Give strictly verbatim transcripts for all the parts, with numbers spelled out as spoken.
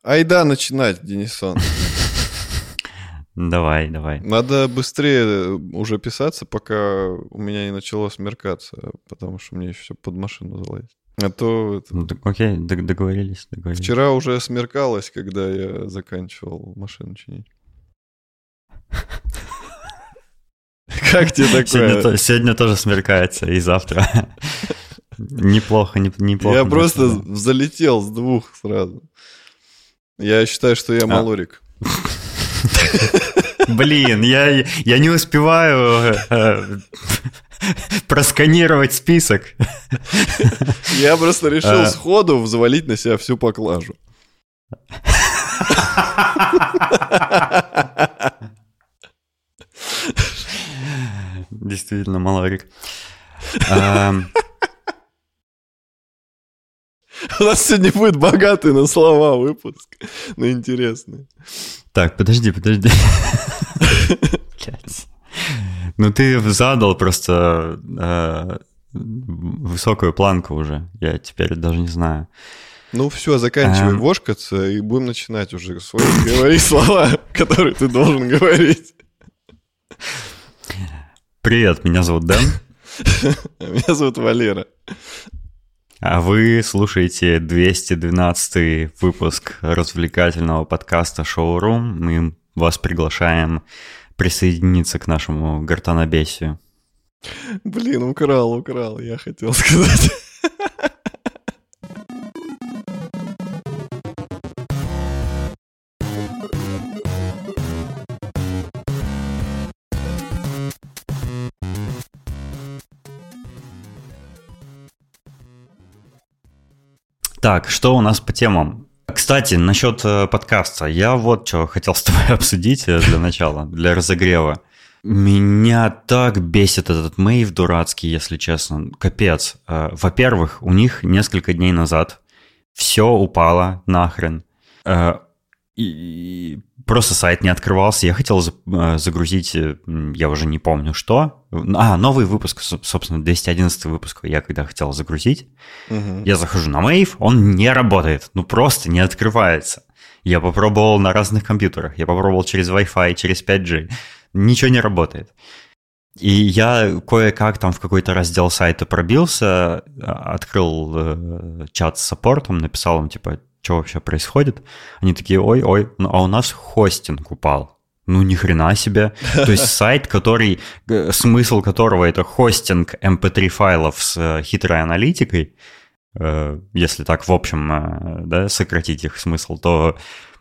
Айда начинать, Денисон. Давай, давай. Надо быстрее уже писаться, пока у меня не начало смеркаться, потому что мне еще все под машину залазить. А то... Ну, так, окей, договорились, договорились. Вчера уже смеркалось, когда я заканчивал машину чинить. Как тебе такое? Сегодня, сегодня тоже смеркается, и завтра. Неплохо, неплохо. Я просто залетел с двух сразу. Я считаю, что я малорик. Блин, я, я не успеваю э, просканировать список. Я просто решил сходу взвалить на себя всю поклажу. Действительно, малорик. У нас сегодня будет богатый на слова выпуск, но интересный. Так, подожди, подожди. Ну ты задал просто э, высокую планку уже. Я теперь даже не знаю. Ну все, заканчивай а... вошкаться и будем начинать уже свои говори слова, которые ты должен говорить. Привет, меня зовут Дэн. Меня зовут Валера. А вы слушаете двести двенадцатый выпуск развлекательного подкаста «Шоурум». Мы вас приглашаем присоединиться к нашему гортанобесию. Блин, украл, украл, я хотел сказать. Так, что у нас по темам? Кстати, насчет подкаста. Я вот что хотел с тобой обсудить для начала, для разогрева. Меня так бесит этот Мэйв дурацкий, если честно. Капец. Во-первых, у них несколько дней назад все упало нахрен. И просто сайт не открывался. Я хотел загрузить, я уже не помню что. А, новый выпуск, собственно, двести одиннадцатый выпуск я когда хотел загрузить. Угу. Я захожу на Мэйв, он не работает. Ну, просто не открывается. Я попробовал на разных компьютерах. Я попробовал через Wi-Fi, через пять джи. Ничего не работает. И я кое-как там в какой-то раздел сайта пробился, открыл э, чат с саппортом, написал им, типа, что вообще происходит. Они такие, ой-ой, ну, а у нас хостинг упал. Ну, ни хрена себе. То есть сайт, который, смысл которого это хостинг эм пи три файлов с хитрой аналитикой, э, если так в общем, э, да, сократить их смысл, то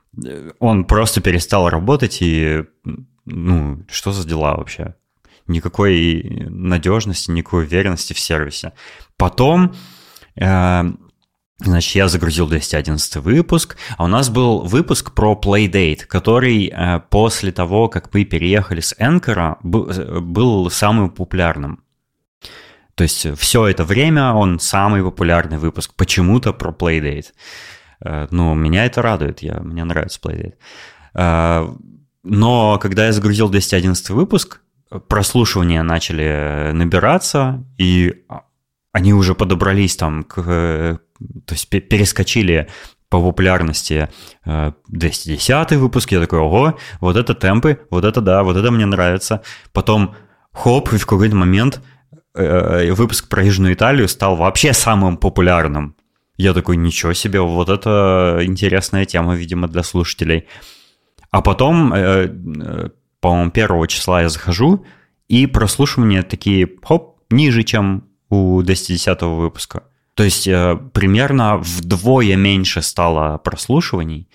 он просто перестал работать, и, ну, что за дела вообще? Никакой надежности, никакой уверенности в сервисе. Потом... Э, Значит, я загрузил двести одиннадцатый выпуск, а у нас был выпуск про Playdate, который э, после того, как мы переехали с Anchor, был, был самым популярным. То есть все это время он самый популярный выпуск почему-то про Playdate. Э, ну, меня это радует, я, мне нравится Playdate. Э, но когда я загрузил двести одиннадцатый выпуск, прослушивания начали набираться, и они уже подобрались там к... То есть перескочили по популярности двести десятый выпуск. Я такой, ого, вот это темпы, вот это да, вот это мне нравится. Потом, хоп, и в какой-то момент выпуск про Южную Италию стал вообще самым популярным. Я такой, ничего себе, вот это интересная тема, видимо, для слушателей. А потом, по-моему, первого числа я захожу, и прослушивания такие, хоп, ниже, чем у двести десятого выпуска. То есть э, примерно вдвое меньше стало прослушиваний.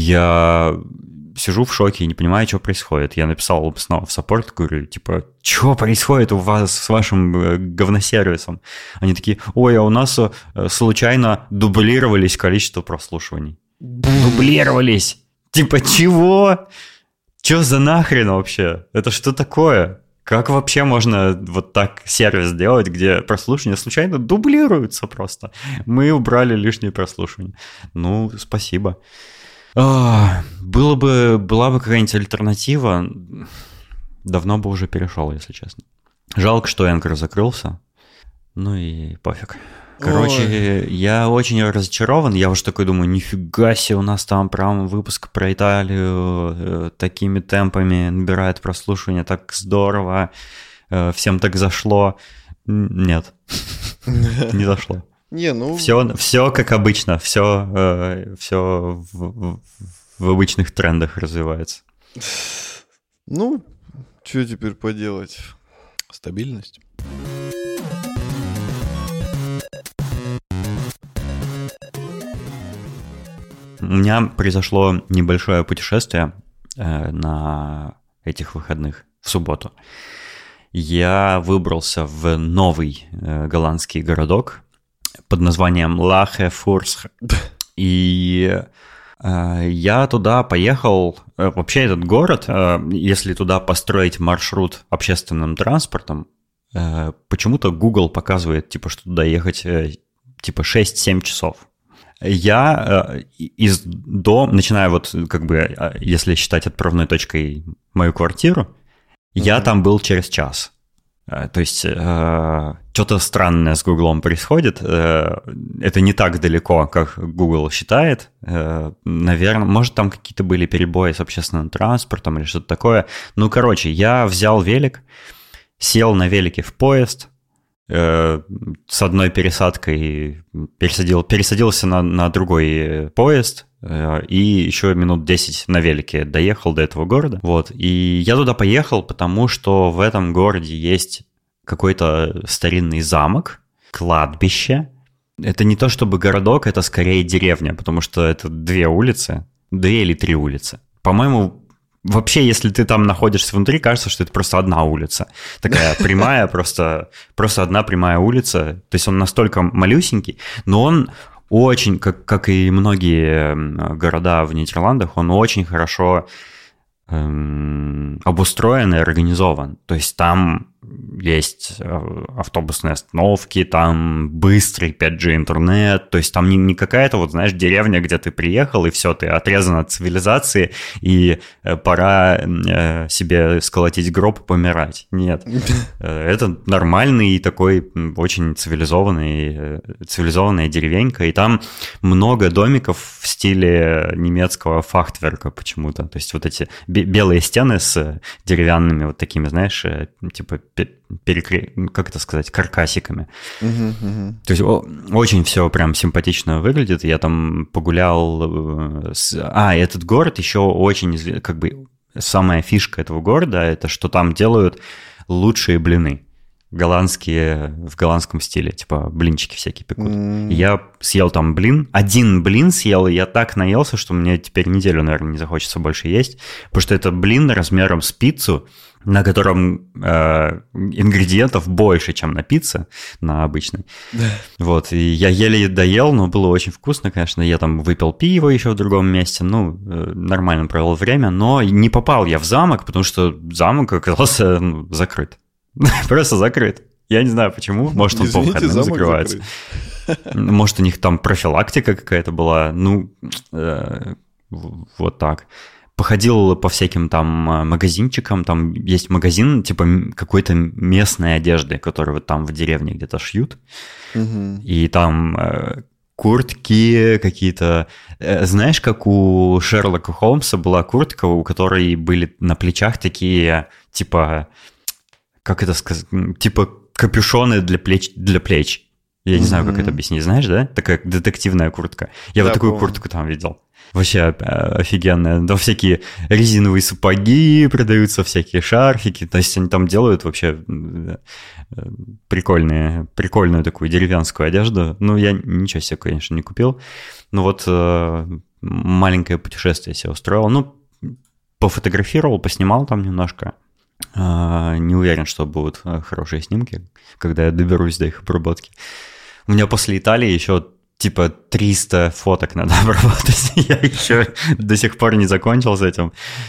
Я сижу в шоке и не понимаю, что происходит. Я написал снова в саппорт, говорю, типа, что происходит у вас с вашим э, говносервисом? Они такие, ой, а у нас э, случайно дублировались количество прослушиваний. Дублировались! Типа, чего? Что за нахрен вообще? Это что такое? Как вообще можно вот так сервис делать, где прослушивания случайно дублируются просто? Мы убрали лишние прослушивания. Ну, спасибо. А, было бы, была бы какая-нибудь альтернатива, давно бы уже перешел, если честно. Жалко, что Anchor закрылся. Ну и пофиг. Короче, Ой. я очень разочарован. Я уже такой думаю, нифига себе, у нас там прям выпуск про Италию э, такими темпами набирает прослушивание, так здорово, э, всем так зашло. Нет, не зашло. Не, ну... Все, все как обычно, все, э, все в, в обычных трендах развивается. Ну, что теперь поделать? Стабильность. У меня произошло небольшое путешествие э, на этих выходных, в субботу. Я выбрался в новый э, голландский городок под названием Лахе-Фурсх. И э, я туда поехал. Э, вообще этот город, э, если туда построить маршрут общественным транспортом, э, почему-то Google показывает, типа, что туда ехать э, типа шесть-семь часов. Я э, из дома, начиная вот как бы, если считать отправной точкой мою квартиру, mm-hmm. я там был через час. То есть э, что-то странное с Гуглом происходит. Э, это не так далеко, как Google считает. Э, наверное, может, там какие-то были перебои с общественным транспортом или что-то такое. Ну, короче, я взял велик, сел на велике в поезд, э, с одной пересадкой пересадил, пересадился на, на другой поезд, и еще минут десять на велике доехал до этого города. Вот. И я туда поехал, потому что в этом городе есть какой-то старинный замок, кладбище. Это не то чтобы городок, это скорее деревня, потому что это две улицы, две или три улицы. По-моему, вообще, если ты там находишься внутри, кажется, что это просто одна улица. Такая прямая, просто, просто одна прямая улица. То есть он настолько малюсенький, но он... Очень, как, как и многие города в Нидерландах, он очень хорошо эм, обустроен и организован. То есть там есть автобусные остановки, там быстрый пять джи интернет, то есть там не, не какая-то, вот знаешь, деревня, где ты приехал, и все, ты отрезан от цивилизации, и пора э, себе сколотить гроб и помирать. Нет. Это нормальный такой очень цивилизованный, цивилизованная деревенька, и там много домиков в стиле немецкого фахтверка почему-то. То есть вот эти белые стены с деревянными вот такими, знаешь, типа перекре... как это сказать, каркасиками. Uh-huh, uh-huh. То есть о, очень все прям симпатично выглядит. Я там погулял... С... А, этот город еще очень... Как бы самая фишка этого города, это что там делают лучшие блины. Голландские, в голландском стиле. Типа блинчики всякие пекут. Mm. Я съел там блин. Один блин съел, и я так наелся, что мне теперь неделю, наверное, не захочется больше есть. Потому что это блин размером с пиццу, на котором э, ингредиентов больше, чем на пицце, на обычной. Да. Вот, и я еле доел, но было очень вкусно, конечно. Я там выпил пиво еще в другом месте, ну, э, нормально провел время, но не попал я в замок, потому что замок оказался ну, закрыт. Просто закрыт. Я не знаю почему, может, он Извините, по выходным закрывается. Закрыт. Может, у них там профилактика какая-то была, ну, э, вот так. Походил по всяким там магазинчикам, там есть магазин типа какой-то местной одежды, которую вот там в деревне где-то шьют, угу. И там э, куртки какие-то, э, знаешь, как у Шерлока Холмса была куртка, у которой были на плечах такие типа, как это сказать, типа капюшоны для плеч, для плеч. Я не угу. знаю, как это объяснить, знаешь, да? Такая детективная куртка. Я да, вот такую помню. Куртку там видел. Вообще офигенная. Там всякие резиновые сапоги продаются, всякие шарфики. То есть они там делают вообще прикольные, прикольную такую деревенскую одежду. Ну, я ничего себе, конечно, не купил. Но вот маленькое путешествие себе устроил. Ну, пофотографировал, поснимал там немножко. Не уверен, что будут хорошие снимки, когда я доберусь до их обработки. У меня после Италии еще типа триста фоток надо обработать. Я еще до сих пор не закончил с этим.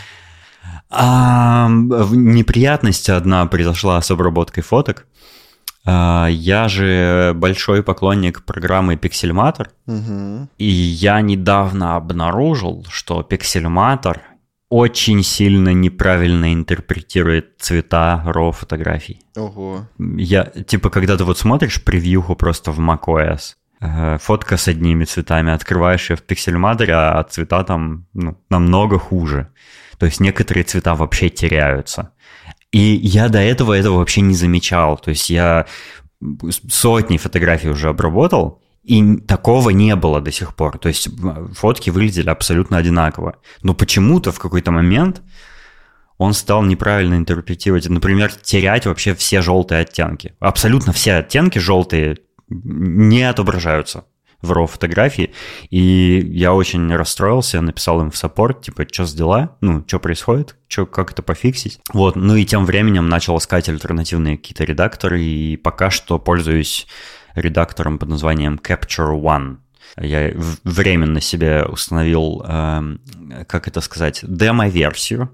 А, неприятность одна произошла с обработкой фоток. А, я же большой поклонник программы Pixelmator. Угу. И я недавно обнаружил, что Pixelmator очень сильно неправильно интерпретирует цвета RAW фотографий. Ого. Я, типа, когда ты вот смотришь превьюху просто в macOS, э, фотка с одними цветами, открываешь ее в Pixelmator, а цвета там ну, намного хуже. То есть некоторые цвета вообще теряются. И я до этого этого вообще не замечал. То есть я сотни фотографий уже обработал, и такого не было до сих пор. То есть фотки выглядели абсолютно одинаково. Но почему-то в какой-то момент он стал неправильно интерпретировать. Например, терять вообще все желтые оттенки. Абсолютно все оттенки желтые не отображаются в RAW-фотографии. И я очень расстроился, написал им в саппорт, типа, что с дела? Ну, что происходит? Чё, как это пофиксить? Вот. Ну и тем временем начал искать альтернативные какие-то редакторы, и пока что пользуюсь редактором под названием Capture One. Я временно себе установил, э, как это сказать, демо-версию.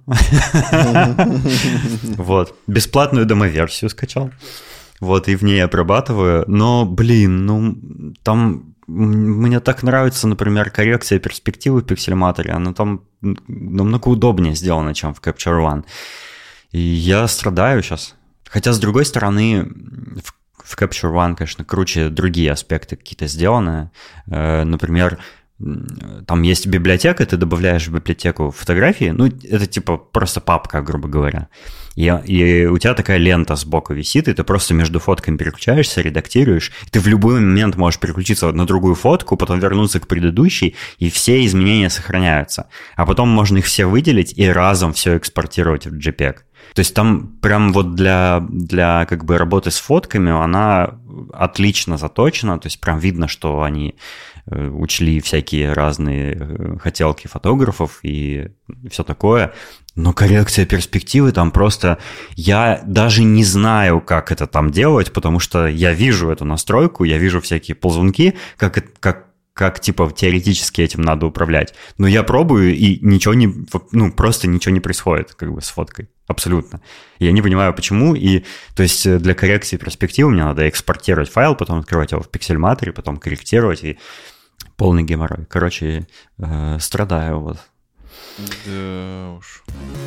Вот. Бесплатную демо-версию скачал. Вот, и в ней обрабатываю. Но, блин, ну, там мне так нравится, например, коррекция перспективы в Pixelmator. Она там намного удобнее сделана, чем в Capture One. И я страдаю сейчас. Хотя, с другой стороны, в В Capture One, конечно, круче другие аспекты какие-то сделаны. Например, там есть библиотека, ты добавляешь в библиотеку фотографии, ну, это типа просто папка, грубо говоря. И, и у тебя такая лента сбоку висит, и ты просто между фотками переключаешься, редактируешь. И ты в любой момент можешь переключиться на другую фотку, потом вернуться к предыдущей, и все изменения сохраняются. А потом можно их все выделить и разом все экспортировать в JPEG. То есть там прям вот для, для как бы работы с фотками она отлично заточена, то есть прям видно, что они учли всякие разные хотелки фотографов и все такое. Но коррекция перспективы там просто... Я даже не знаю, как это там делать, потому что я вижу эту настройку, я вижу всякие ползунки, как, как, как типа теоретически этим надо управлять. Но я пробую, и ничего не... Ну, просто ничего не происходит как бы с фоткой. Абсолютно. Я не понимаю, почему. И, то есть для коррекции перспективы мне надо экспортировать файл, потом открывать его в Pixelmator, потом корректировать, и полный геморрой. Короче, э, страдаю вот. Да уж.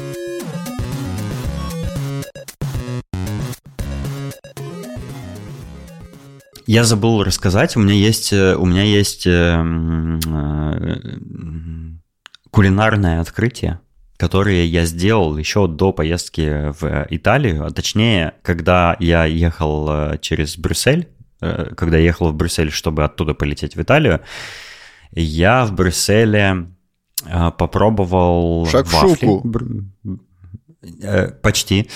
Я забыл рассказать, у меня есть, у меня есть э, э, кулинарное открытие, которые я сделал еще до поездки в Италию, а точнее, когда я ехал через Брюссель, когда я ехал в Брюссель, чтобы оттуда полететь в Италию, я в Брюсселе попробовал шакшуку. Вафли. Почти.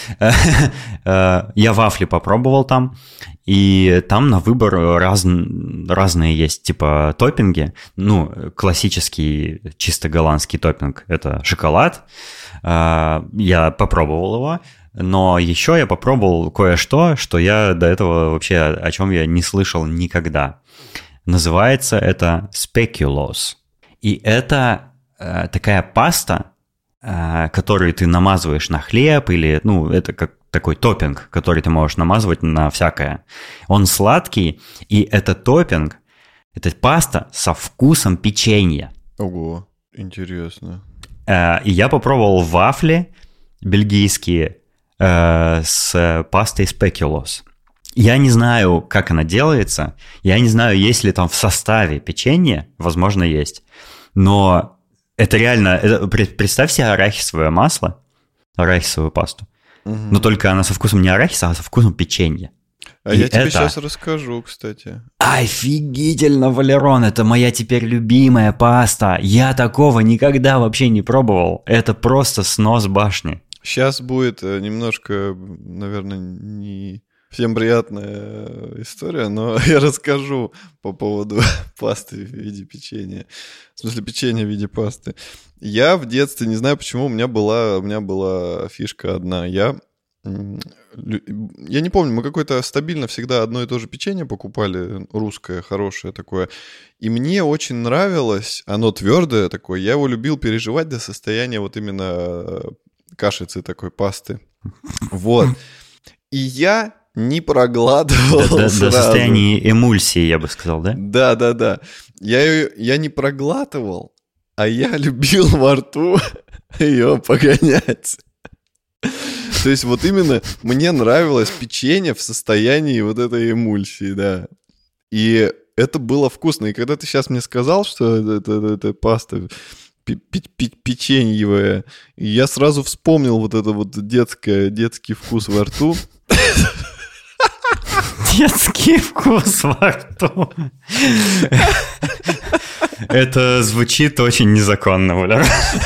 Я вафли попробовал там, и там на выбор раз, разные есть типа топпинги. Ну, классический чисто голландский топпинг – это шоколад. Я попробовал его, но еще я попробовал кое-что, что я до этого вообще, о чем я не слышал никогда. Называется это speculoos. И это такая паста, который ты намазываешь на хлеб, или, ну, это как такой топпинг, который ты можешь намазывать на всякое. Он сладкий, и это топпинг, это паста со вкусом печенья. Ого, интересно. И я попробовал вафли бельгийские с пастой speculoos. Я не знаю, как она делается, я не знаю, есть ли там в составе печенье, возможно, есть, но... Это реально, это, представь себе арахисовое масло, арахисовую пасту, угу. Но только она со вкусом не арахиса, а со вкусом печенья. А и я тебе это... сейчас расскажу, кстати. Офигительно, Валерон, это моя теперь любимая паста. Я такого никогда вообще не пробовал. Это просто снос башни. Сейчас будет немножко, наверное, не... Всем приятная история, но я расскажу по поводу пасты в виде печенья. В смысле, печенья в виде пасты. Я в детстве, не знаю почему, у меня была, у меня была фишка одна. Я, я не помню, мы какое-то стабильно всегда одно и то же печенье покупали, русское, хорошее такое. И мне очень нравилось, оно твердое такое, я его любил переживать до состояния вот именно кашицы такой, пасты. Вот. И я... не проглатывал до, до, сразу. До состояния эмульсии, я бы сказал, да? Да, да, да. Я, я не проглатывал, а я любил во рту ее погонять. То есть вот именно мне нравилось печенье в состоянии вот этой эмульсии, да. И это было вкусно. И когда ты сейчас мне сказал, что это, это, это паста печеньевая, я сразу вспомнил вот это вот детское, детский вкус во рту. Детский вкус во рту. Это звучит очень незаконно, Валя.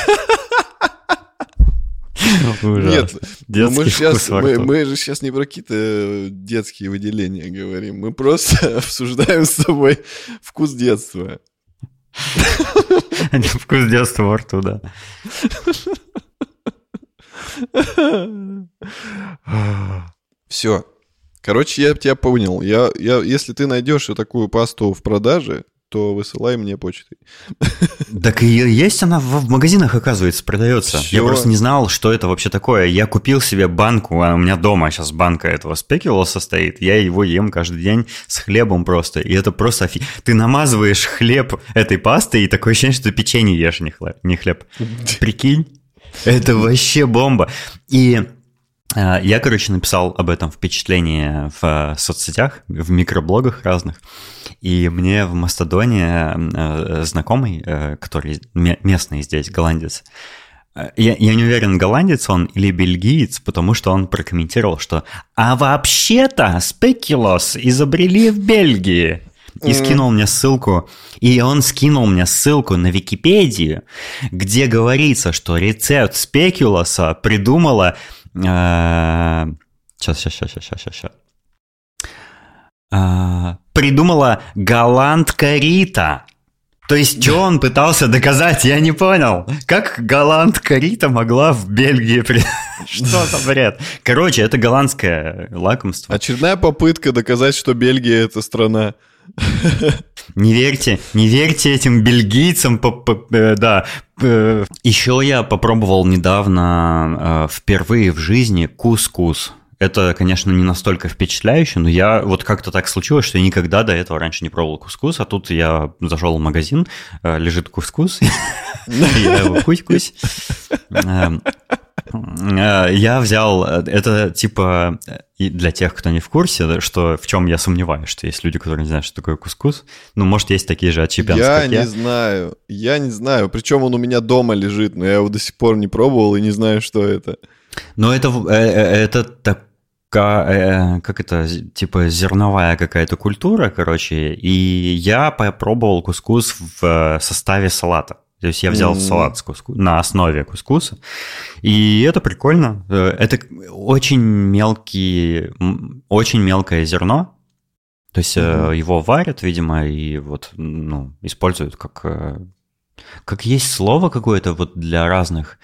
Нет, мы же, сейчас, мы, мы же сейчас не про какие-то детские выделения говорим. Мы просто обсуждаем с тобой вкус детства. Вкус детства во рту, да. Все. Короче, я тебя понял. Я, я, если ты найдешь такую пасту в продаже, то высылай мне почтой. Так и есть она в магазинах, оказывается, продается. Чё? Я просто не знал, что это вообще такое. Я купил себе банку, а у меня дома сейчас банка этого спекулоса стоит. Я его ем каждый день с хлебом просто. И это просто офиг... Ты намазываешь хлеб этой пастой, и такое ощущение, что ты печенье ешь, не хлеб. Не хлеб. Прикинь? Это вообще бомба. И... Я, короче, написал об этом впечатление в соцсетях, в микроблогах разных, и мне в Мастодоне знакомый, который местный здесь, голландец, я, я не уверен, голландец он или бельгиец, потому что он прокомментировал, что «А вообще-то спекулос изобрели в Бельгии». И скинул мне ссылку, и он скинул мне ссылку на Википедию, где говорится, что рецепт спекулоса придумала... Сейчас, сейчас, сейчас, сейчас, сейчас, сейчас. Придумала голландка Рита. То есть, что он пытался доказать, я не понял. Как голландка Рита могла в Бельгии... Что за бред? Короче, это голландское лакомство. Очередная попытка доказать, что Бельгия — это страна. Не верьте, не верьте этим бельгийцам, да. Еще я попробовал недавно впервые в жизни кускус. Это, конечно, не настолько впечатляюще, но я вот как-то так случилось, что я никогда до этого раньше не пробовал кускус, а тут я зашел в магазин, лежит кускус, я его кусь-кусь. Я взял, это типа для тех, кто не в курсе, что в чем я сомневаюсь, что есть люди, которые не знают, что такое кускус. Ну, может, есть такие же отщепенцы, я как я. Я не знаю, я не знаю. Причем он у меня дома лежит, но я его до сих пор не пробовал и не знаю, что это. Но это, это так. Как это, типа зерновая какая-то культура, короче, и я попробовал кускус в составе салата. То есть я взял mm-hmm. салат с куску... на основе кускуса, и это прикольно. Это очень мелкий, очень мелкое зерно, то есть mm-hmm. его варят, видимо, и вот, ну, используют как... Как есть слово какое-то вот для разных...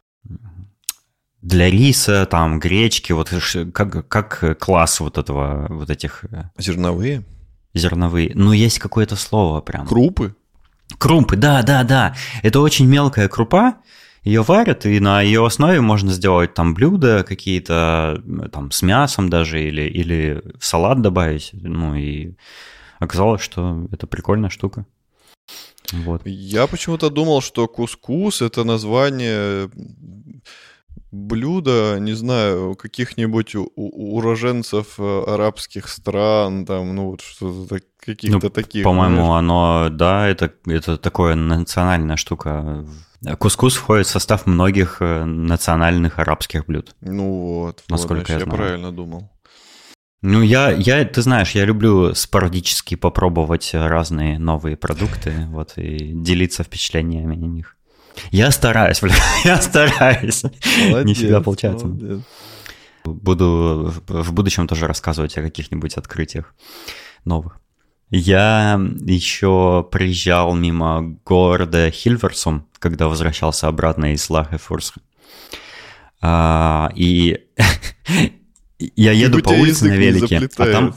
Для риса, там, гречки, вот как, как класс вот этого, вот этих... Зерновые? Зерновые. Ну, есть какое-то слово прям. Крупы? Крупы, да, да, да. Это очень мелкая крупа, ее варят, и на ее основе можно сделать там блюда какие-то, там, с мясом даже, или, или в салат добавить. Ну, и оказалось, что это прикольная штука. Вот. Я почему-то думал, что кускус — это название... блюда, не знаю, каких-нибудь у- уроженцев арабских стран, там, ну, вот что-то каких-то ну, таких. По-моему, знаешь. Оно, да, это, это такое национальная штука. Кускус входит в состав многих национальных арабских блюд. Ну вот, насколько вот, я, я правильно думал. Ну, я, я, ты знаешь, я люблю спорадически попробовать разные новые продукты, вот, и делиться впечатлениями о них. Я стараюсь, бля, я стараюсь. Молодец, не всегда получается. Молодец. Буду в будущем тоже рассказывать о каких-нибудь открытиях новых. Я еще приезжал мимо города Хильверсум, когда возвращался обратно из Лахефурска. А, и я еду по улице на велике, а там...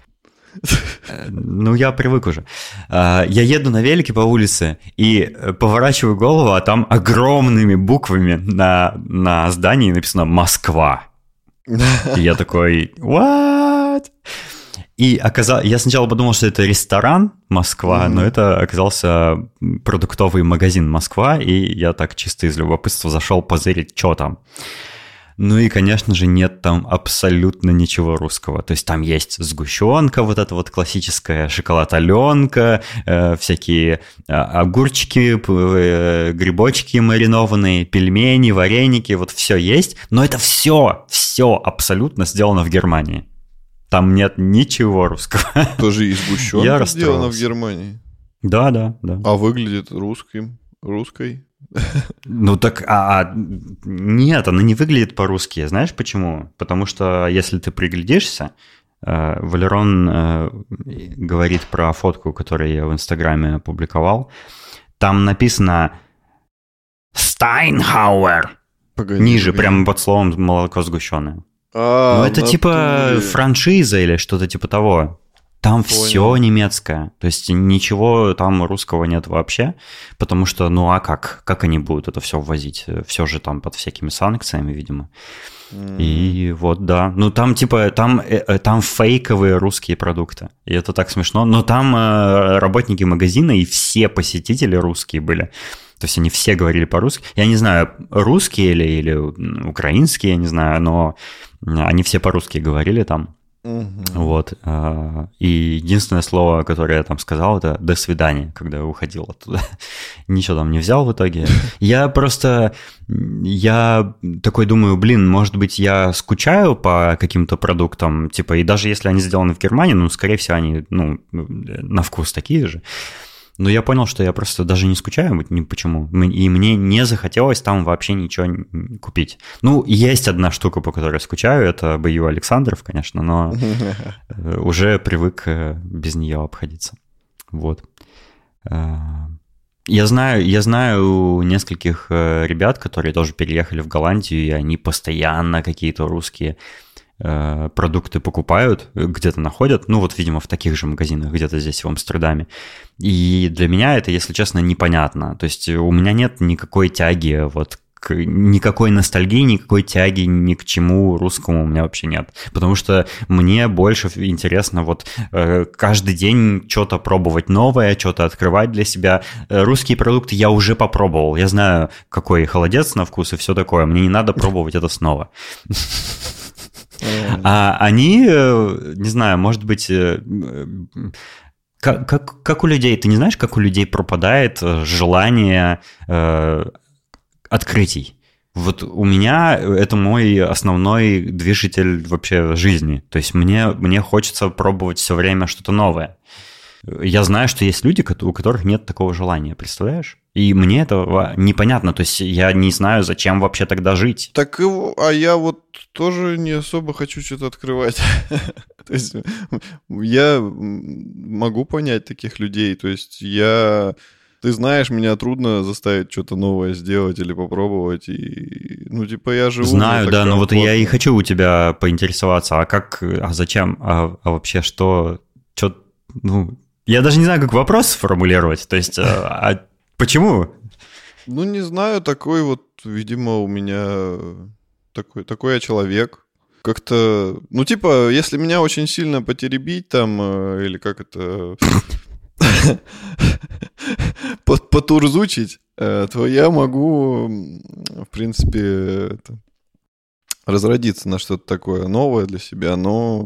Ну, я привык уже. Я еду на велике по улице и поворачиваю голову, а там огромными буквами на, на здании написано «Москва». И я такой «What?». И оказалось, я сначала подумал, что это ресторан Москва, mm-hmm. но это оказался продуктовый магазин Москва, и я так чисто из любопытства зашел позырить, что там. Ну и, конечно же, нет там абсолютно ничего русского. То есть там есть сгущенка, вот эта вот классическая, шоколад-аленка, э, всякие огурчики, э, грибочки маринованные, пельмени, вареники, вот все есть. Но это все, все абсолютно сделано в Германии. Там нет ничего русского. Тоже и сгущенка сделана в Германии? Да, да, да. А выглядит русским, русской? Ну так, а, а нет, она не выглядит по-русски. Знаешь почему? Потому что если ты приглядишься, э, Валерон э, говорит про фотку, которую я в Инстаграме опубликовал, там написано Steinhauer. Погоди, ниже, погоди. Прямо под словом молоко сгущенное. А, ну это типа туре. Франшиза или что-то типа того. Там Понял. Все немецкое, то есть ничего там русского нет вообще, потому что, ну а как? Как они будут это все ввозить? Все же там под всякими санкциями, видимо. Mm. И вот, да. Ну там типа, там, там фейковые русские продукты, и это так смешно. Но там э, работники магазина и все посетители русские были. То есть они все говорили по-русски. Я не знаю, русские или, или украинские, я не знаю, но они все по-русски говорили там. Uh-huh. Вот. И единственное слово, которое я там сказал, это «до свидания», когда я уходил оттуда. Ничего там не взял в итоге. Я просто, я такой думаю, блин, может быть, я скучаю по каким-то продуктам, типа, и даже если они сделаны в Германии, ну, скорее всего, они, ну, на вкус такие же. Но я понял, что я просто даже не скучаю ни почему. И мне не захотелось там вообще ничего купить. Ну, есть одна штука, по которой я скучаю, это бэ ю Александров, конечно, но уже привык без нее обходиться. Вот. Я знаю, я знаю нескольких ребят, которые тоже переехали в Голландию, и они постоянно какие-то русские продукты покупают, где-то находят, ну вот, видимо, в таких же магазинах, где-то здесь в Амстердаме. И для меня это, если честно, непонятно. То есть у меня нет никакой тяги, вот, к, никакой ностальгии, никакой тяги ни к чему русскому у меня вообще нет. Потому что мне больше интересно вот каждый день что-то пробовать новое, что-то открывать для себя. Русские продукты я уже попробовал. Я знаю, какой холодец на вкус и все такое. Мне не надо пробовать это снова. А они, не знаю, может быть, как, как, как у людей, ты не знаешь, как у людей пропадает желание э, открытий? Вот у меня это мой основной движитель вообще жизни. То есть мне, мне хочется пробовать все время что-то новое. Я знаю, что есть люди, у которых нет такого желания, представляешь? И мне это непонятно, то есть я не знаю, зачем вообще тогда жить. Так, а я вот тоже не особо хочу что-то открывать. То есть я могу понять таких людей, то есть я... Ты знаешь, меня трудно заставить что-то новое сделать или попробовать, и, ну, типа, я живу... Знаю, да, но вот я и хочу у тебя поинтересоваться, а как, а зачем, а, а вообще что, что, ну... Я даже не знаю, как вопрос сформулировать. То есть, а, а почему? Ну, не знаю, такой вот, видимо, у меня такой, такой я человек. Как-то, ну, типа, если меня очень сильно потеребить там, или как это... потурзучить, то я могу, в принципе, разродиться на что-то такое новое для себя, но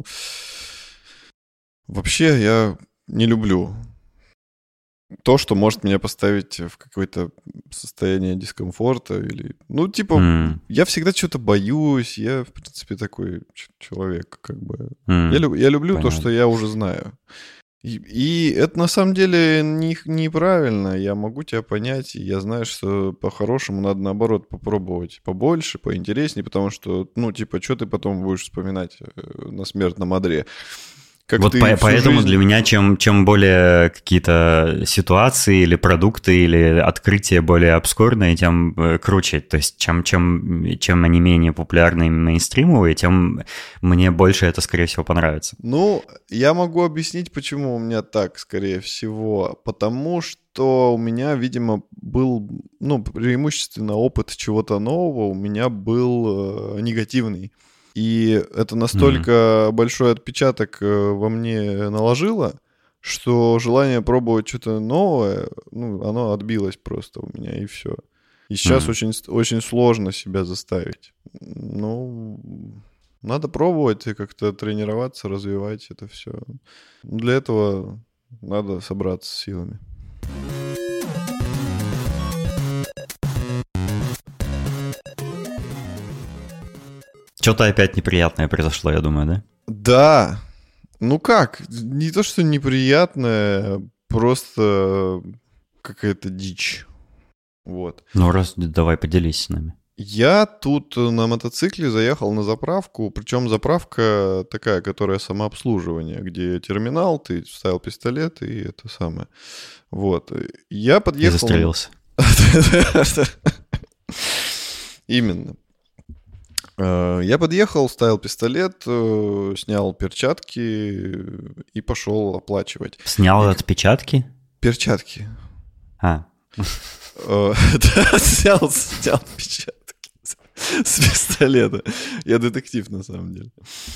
вообще я... не люблю то, что может меня поставить в какое-то состояние дискомфорта. Или... Ну, типа, mm. я всегда что-то боюсь. Я, в принципе, такой человек, как бы. Mm. Я, люб... я люблю Понятно. То, что я уже знаю. И, и это, на самом деле, не, неправильно. Я могу тебя понять. И я знаю, что по-хорошему надо, наоборот, попробовать побольше, поинтереснее, потому что, ну, типа, что ты потом будешь вспоминать на смертном одре? Как вот по- поэтому жизнь... для меня, чем, чем более какие-то ситуации или продукты, или открытия более обскурные, тем круче. То есть чем, чем, чем они менее популярные и мейнстримовые, тем мне больше это, скорее всего, понравится. Ну, я могу объяснить, почему у меня так, скорее всего. Потому что у меня, видимо, был, ну, преимущественно опыт чего-то нового у меня был э, негативный. И это настолько mm-hmm. большой отпечаток во мне наложило, что желание пробовать что-то новое, ну, оно отбилось просто у меня, и все. И сейчас mm-hmm. очень, очень сложно себя заставить. Ну, надо пробовать и как-то тренироваться, развивать это все. Для этого надо собраться с силами. Что-то опять неприятное произошло, я думаю, да? Да. Ну как? Не то, что неприятное, просто какая-то дичь. Вот. Ну раз, давай поделись с нами. Я тут на мотоцикле заехал на заправку, причем заправка такая, которая самообслуживание, где терминал, ты вставил пистолет и это самое. Вот. Я подъехал... И застрелился. Именно. Я подъехал, ставил пистолет, снял перчатки и пошел оплачивать. Снял отпечатки? Перчатки. А. Да, снял, снял отпечатки с пистолета. Я детектив, на самом деле.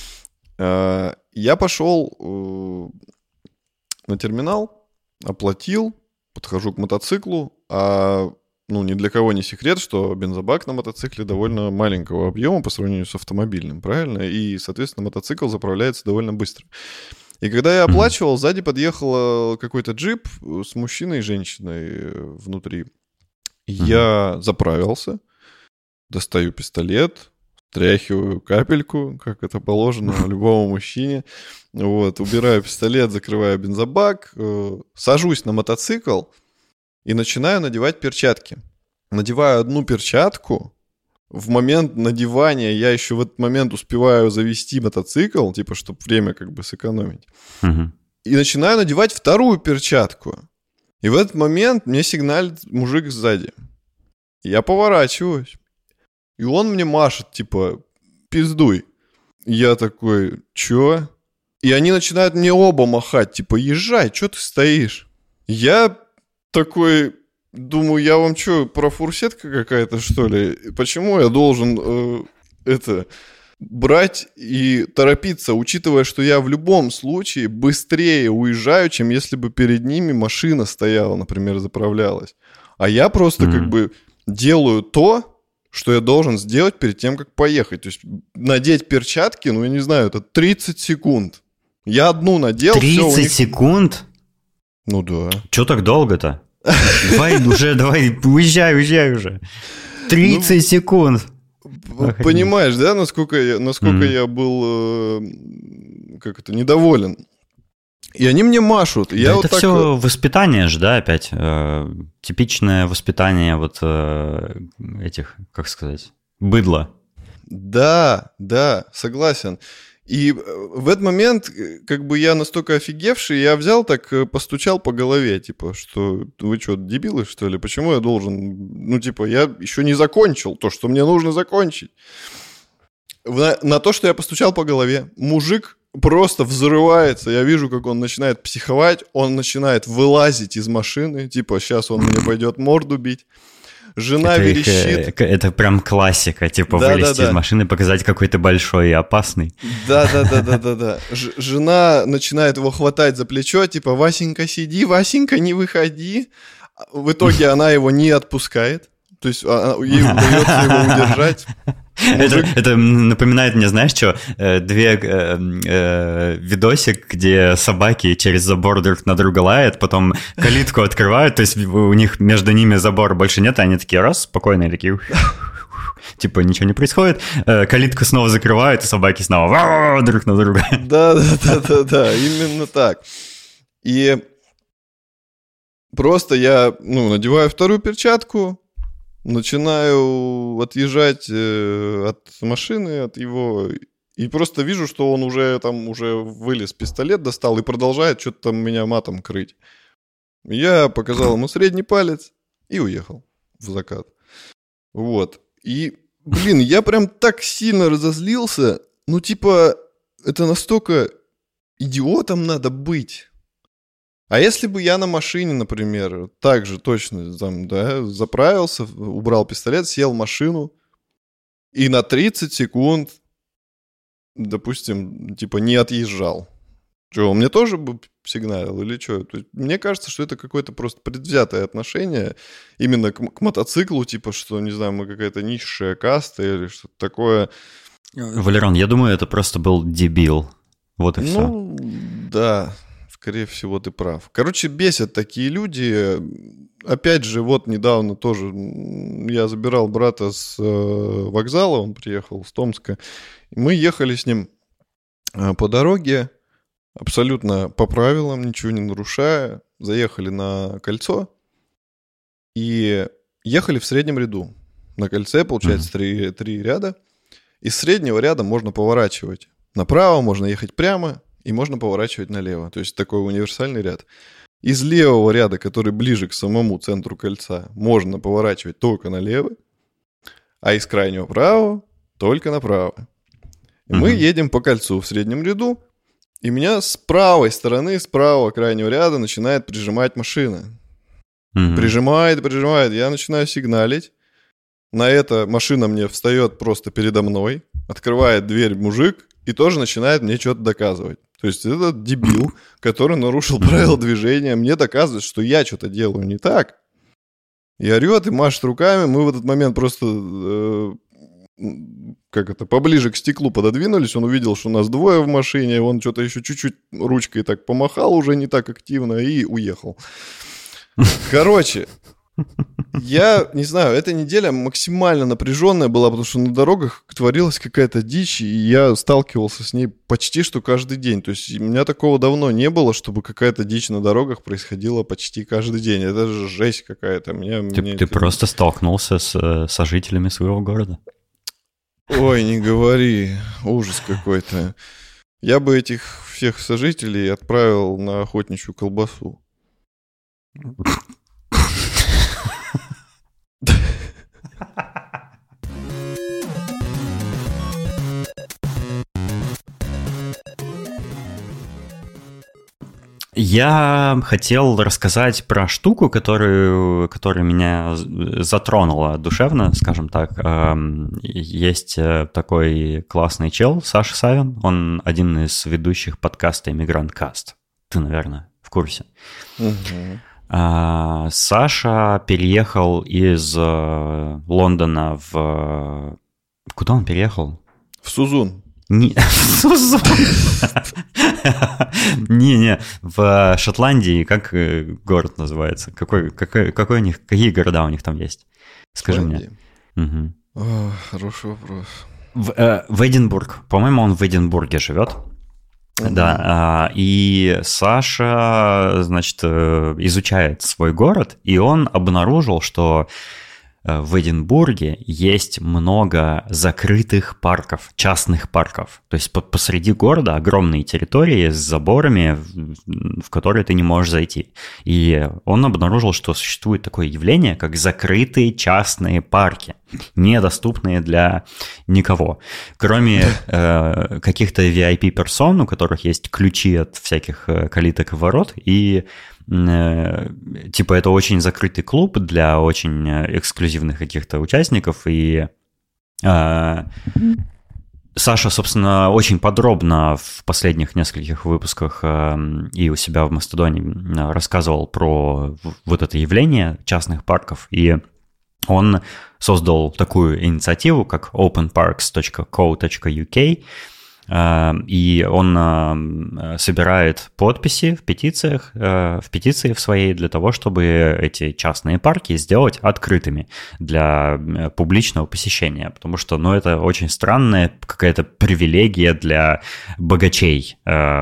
Я пошел на терминал, оплатил, подхожу к мотоциклу, а... Ну, ни для кого не секрет, что бензобак на мотоцикле довольно маленького объема по сравнению с автомобильным, правильно? И, соответственно, мотоцикл заправляется довольно быстро. И когда я оплачивал, сзади подъехал какой-то джип с мужчиной и женщиной внутри. Я заправился, достаю пистолет, стряхиваю капельку, как это положено любому мужчине. Вот, убираю пистолет, закрываю бензобак, сажусь на мотоцикл, и начинаю надевать перчатки. Надеваю одну перчатку. В момент надевания я еще в этот момент успеваю завести мотоцикл, типа, чтобы время как бы сэкономить. Uh-huh. И начинаю надевать вторую перчатку. И в этот момент мне сигналит мужик сзади. Я поворачиваюсь. И он мне машет, типа, пиздуй. Я такой, чё? И они начинают мне оба махать, типа, езжай, чё ты стоишь? Я... Такой, думаю, я вам что, профурсетка какая-то, что ли? Почему я должен э, это брать и торопиться, учитывая, что я в любом случае быстрее уезжаю, чем если бы перед ними машина стояла, например, заправлялась. А я просто mm-hmm. как бы делаю то, что я должен сделать перед тем, как поехать. То есть надеть перчатки, ну, я не знаю, это тридцать секунд. Я одну надел. тридцать всё, них... секунд? Ну да. Чё так долго-то? Давай уже, давай, уезжай, уезжай уже. тридцать ну, секунд. Понимаешь, да, насколько я, насколько mm-hmm. я был, э, как это, недоволен. И они мне машут. Да я это вот так... все воспитание же, да, опять. Э, типичное воспитание вот э, этих, как сказать, быдла. Да, да, согласен. И в этот момент, как бы я настолько офигевший, я взял так, постучал по голове, типа, что вы что, дебилы, что ли? Почему я должен... Ну, типа, я еще не закончил то, что мне нужно закончить. На, на то, что я постучал по голове, мужик просто взрывается. Я вижу, как он начинает психовать, он начинает вылазить из машины, типа, сейчас он мне пойдет морду бить. Жена это верещит. Их, это прям классика, типа да, вылезти да, да. из машины, показать, какой ты большой и опасный. Да-да-да-да-да-да. Жена начинает его хватать за плечо, типа, Васенька, сиди, Васенька, не выходи. В итоге она его не отпускает. То есть ей удается его удержать. Это, это напоминает мне, знаешь что, две э, э, видосик, где собаки через забор друг на друга лают, потом калитку открывают, то есть у них между ними забора больше нет, и они такие раз, спокойные, такие, типа ничего не происходит, калитку снова закрывают, и собаки снова друг на друга. Да-да-да-да-да, именно так. И просто я, ну, надеваю вторую перчатку, начинаю отъезжать э, от машины, от его, и просто вижу, что он уже там уже вылез, пистолет достал и продолжает что-то там меня матом крыть. Я показал ему средний палец и уехал в закат. Вот. И, блин, я прям так сильно разозлился. Ну, типа, это настолько идиотом надо быть. А если бы я на машине, например, так же точно там, да, заправился, убрал пистолет, сел в машину и на тридцать секунд допустим, типа не отъезжал. Что, он мне тоже бы сигналил или что? То есть, мне кажется, что это какое-то просто предвзятое отношение именно к, к мотоциклу, типа, что, не знаю, мы какая-то низшая каста или что-то такое. Валерон, я думаю, это просто был дебил. Вот и все. Ну, да, скорее всего, ты прав. Короче, бесят такие люди. Опять же, вот недавно тоже я забирал брата с вокзала, он приехал с Томска. Мы ехали с ним по дороге, абсолютно по правилам, ничего не нарушая. Заехали на кольцо и ехали в среднем ряду. На кольце, получается, три, три ряда. Из среднего ряда можно поворачивать направо, можно ехать прямо, и можно поворачивать налево. То есть такой универсальный ряд. Из левого ряда, который ближе к самому центру кольца, можно поворачивать только налево, а из крайнего правого только направо. И угу. Мы едем по кольцу в среднем ряду, и меня с правой стороны, с правого крайнего ряда начинает прижимать машина. Угу. Прижимает, прижимает. Я начинаю сигналить. На это машина мне встает просто передо мной, открывает дверь мужик и тоже начинает мне что-то доказывать. То есть этот дебил, который нарушил правила движения, мне доказывает, что я что-то делаю не так. И орет, и машет руками. Мы в этот момент просто, э, как это, поближе к стеклу пододвинулись. Он увидел, что у нас двое в машине. Он что-то еще чуть-чуть ручкой так помахал, уже не так активно, и уехал. Короче... Я не знаю, эта неделя максимально напряженная была, потому что на дорогах творилась какая-то дичь, и я сталкивался с ней почти что каждый день. То есть у меня такого давно не было, чтобы какая-то дичь на дорогах происходила почти каждый день. Это же жесть какая-то. Меня, ты мне ты это... просто столкнулся с сожителями своего города. Ой, не говори, ужас какой-то. Я бы этих всех сожителей отправил на охотничью колбасу. Я хотел рассказать про штуку, которую, которая меня затронула душевно, скажем так. Есть такой классный чел, Саша Савин, он один из ведущих подкаста «Иммигрант Каст». Ты, наверное, в курсе. Угу. Саша переехал из Лондона в... Куда он переехал? В Сузун. Не, в Сузун. Не-не, в Шотландии, как город называется? Какой, какой, какой у них, какие города у них там есть? Скажи мне. Угу. О, хороший вопрос. В, э, в Эдинбург. По-моему, он в Эдинбурге живет. Uh-huh. Да, и Саша, значит, изучает свой город, и он обнаружил, что в Эдинбурге есть много закрытых парков, частных парков. То есть посреди города огромные территории с заборами, в которые ты не можешь зайти. И он обнаружил, что существует такое явление, как закрытые частные парки, недоступные для никого. Кроме э, каких-то ви ай пи-персон, у которых есть ключи от всяких калиток и ворот, и типа это очень закрытый клуб для очень эксклюзивных каких-то участников, и э, Саша, собственно, очень подробно в последних нескольких выпусках э, и у себя в Мастодоне рассказывал про вот это явление частных парков, и он создал такую инициативу, как open parks точка co точка uk, и он собирает подписи в петициях, в петиции в своей для того, чтобы эти частные парки сделать открытыми для публичного посещения, потому что, ну, это очень странная какая-то привилегия для богачей,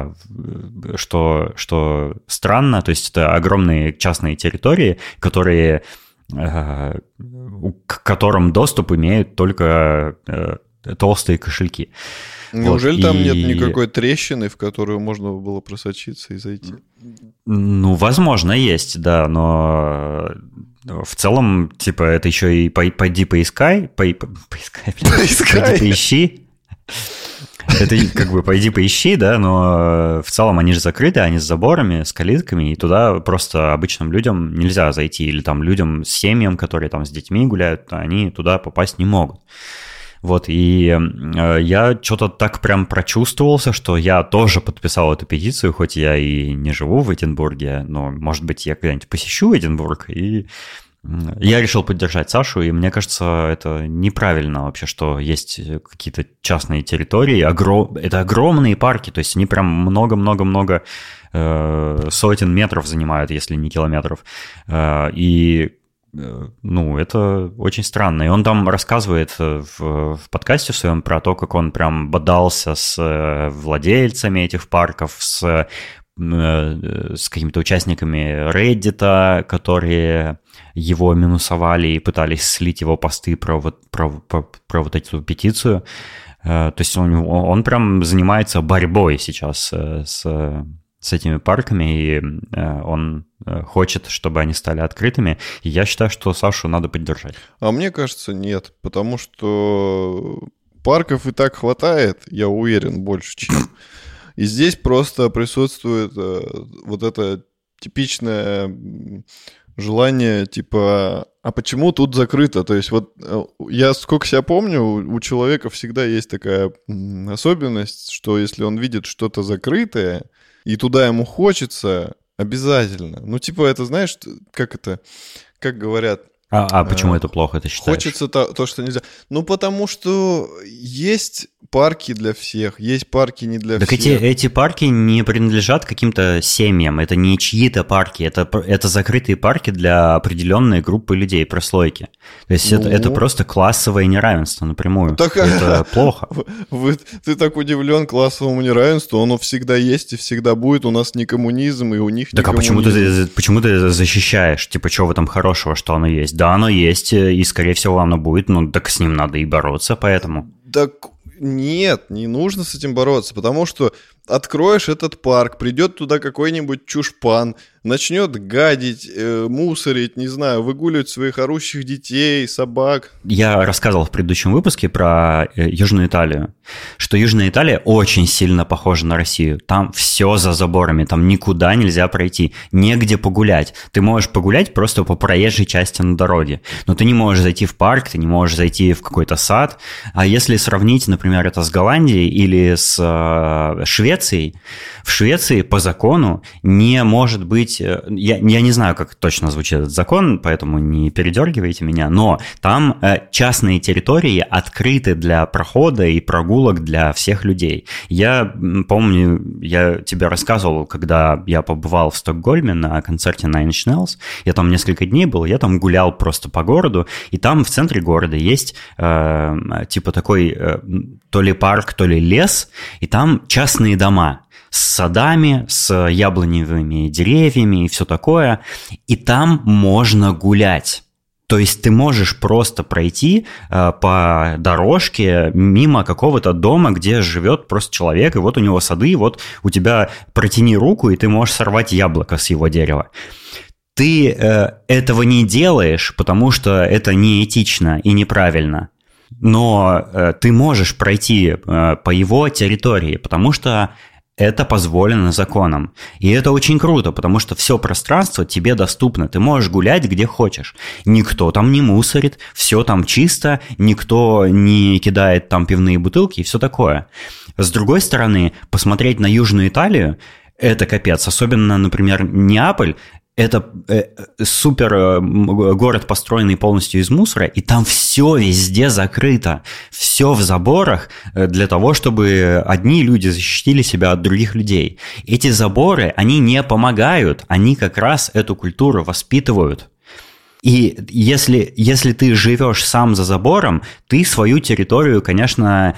что, что странно, то есть это огромные частные территории, которые, к которым доступ имеют только толстые кошельки. Неужели вот, там и... нет никакой трещины, в которую можно было просочиться и зайти? Ну, возможно, есть, да, но в целом, типа, это еще и пойди поискай, по... поискай, поискай. Пойди поищи. Это как бы пойди поищи, да, но в целом они же закрыты, они с заборами, с калитками, и туда просто обычным людям нельзя зайти, или там людям с семьям, которые там с детьми гуляют, они туда попасть не могут. Вот, и э, я что-то так прям прочувствовался, что я тоже подписал эту петицию, хоть я и не живу в Эдинбурге, но, может быть, я когда-нибудь посещу Эдинбург, и я решил поддержать Сашу, и мне кажется, это неправильно вообще, что есть какие-то частные территории, огром... это огромные парки, то есть они прям много-много-много э, сотен метров занимают, если не километров, э, и ну, это очень странно. И он там рассказывает в, в подкасте своем про то, как он прям бодался с владельцами этих парков, с, с какими-то участниками Reddit, которые его минусовали и пытались слить его посты про вот, про, про, про вот эту петицию. То есть он, он прям занимается борьбой сейчас с... с этими парками, и э, он э, хочет, чтобы они стали открытыми, и я считаю, что Сашу надо поддержать. А мне кажется, нет, потому что парков и так хватает, я уверен, больше, чем... И здесь просто присутствует э, вот это типичное желание, типа, а почему тут закрыто? То есть вот я, сколько себя помню, у человека всегда есть такая особенность, что если он видит что-то закрытое, и туда ему хочется обязательно. Ну, типа, это, знаешь, как это, как говорят... А, а почему э, это плохо, ты считаешь? Хочется то, то, что нельзя. Ну, потому что есть парки для всех, есть парки не для так всех. Так эти, эти парки не принадлежат каким-то семьям, это не чьи-то парки, это, это закрытые парки для определенной группы людей, прослойки. То есть ну... это, это просто классовое неравенство напрямую. Так, это плохо. Вы, ты так удивлен классовому неравенству, оно всегда есть и всегда будет, у нас не коммунизм, и у них не так, коммунизм. Так а почему ты, почему ты защищаешь? Типа, что в этом хорошего, что оно есть? Да, оно есть, и, скорее всего, оно будет, но так с ним надо и бороться, поэтому... Так нет, не нужно с этим бороться, потому что откроешь этот парк, придет туда какой-нибудь чушпан, начнет гадить, э, мусорить, не знаю, выгуливать своих орущих детей, собак. Я рассказывал в предыдущем выпуске про Южную Италию, что Южная Италия очень сильно похожа на Россию. Там все за заборами, там никуда нельзя пройти, негде погулять. Ты можешь погулять просто по проезжей части на дороге, но ты не можешь зайти в парк, ты не можешь зайти в какой-то сад. А если сравнить, например, это с Голландией или с э, Швецией, в Швеции по закону не может быть... Я, я не знаю, как точно звучит этот закон, поэтому не передергивайте меня, но там частные территории открыты для прохода и прогулок для всех людей. Я помню, я тебе рассказывал, когда я побывал в Стокгольме на концерте Nine Inch Nails, я там несколько дней был, я там гулял просто по городу, и там в центре города есть э, типа такой э, то ли парк, то ли лес, и там частные дома. дома с садами, с яблоневыми деревьями и все такое, и там можно гулять. То есть ты можешь просто пройти э, по дорожке мимо какого-то дома, где живет просто человек, и вот у него сады, и вот у тебя протяни руку, и ты можешь сорвать яблоко с его дерева. Ты э, этого не делаешь, потому что это неэтично и неправильно. Но э, ты можешь пройти э, по его территории, потому что это позволено законом. И это очень круто, потому что все пространство тебе доступно. Ты можешь гулять где хочешь. Никто там не мусорит, все там чисто, никто не кидает там пивные бутылки и все такое. С другой стороны, посмотреть на Южную Италию – это капец. Особенно, например, Неаполь. Это э, супер э, город, построенный полностью из мусора, и там все везде закрыто. Все в заборах для того, чтобы одни люди защитили себя от других людей. Эти заборы, они не помогают, они как раз эту культуру воспитывают. И если, если ты живешь сам за забором, ты свою территорию, конечно,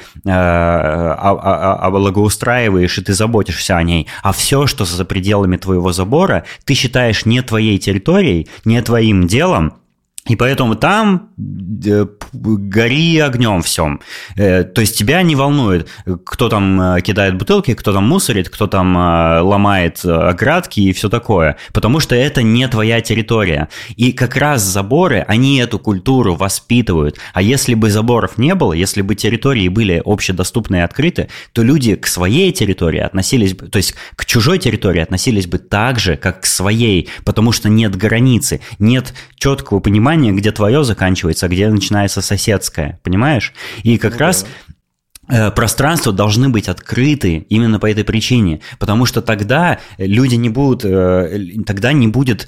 облагоустраиваешь, и ты заботишься о ней. А все, что за пределами твоего забора, ты считаешь не твоей территорией, не твоим делом. И поэтому там гори огнем всем. То есть тебя не волнует, кто там кидает бутылки, кто там мусорит, кто там ломает оградки и все такое. Потому что это не твоя территория. И как раз заборы, они эту культуру воспитывают. А если бы заборов не было, если бы территории были общедоступны и открыты, то люди к своей территории относились бы, то есть к чужой территории относились бы так же, как к своей. Потому что нет границы, нет четкого понимания, здание, где твое заканчивается, а где начинается соседское, понимаешь? И как ну, раз... Да. Пространства должны быть открыты именно по этой причине, потому что тогда люди не будут, тогда не будет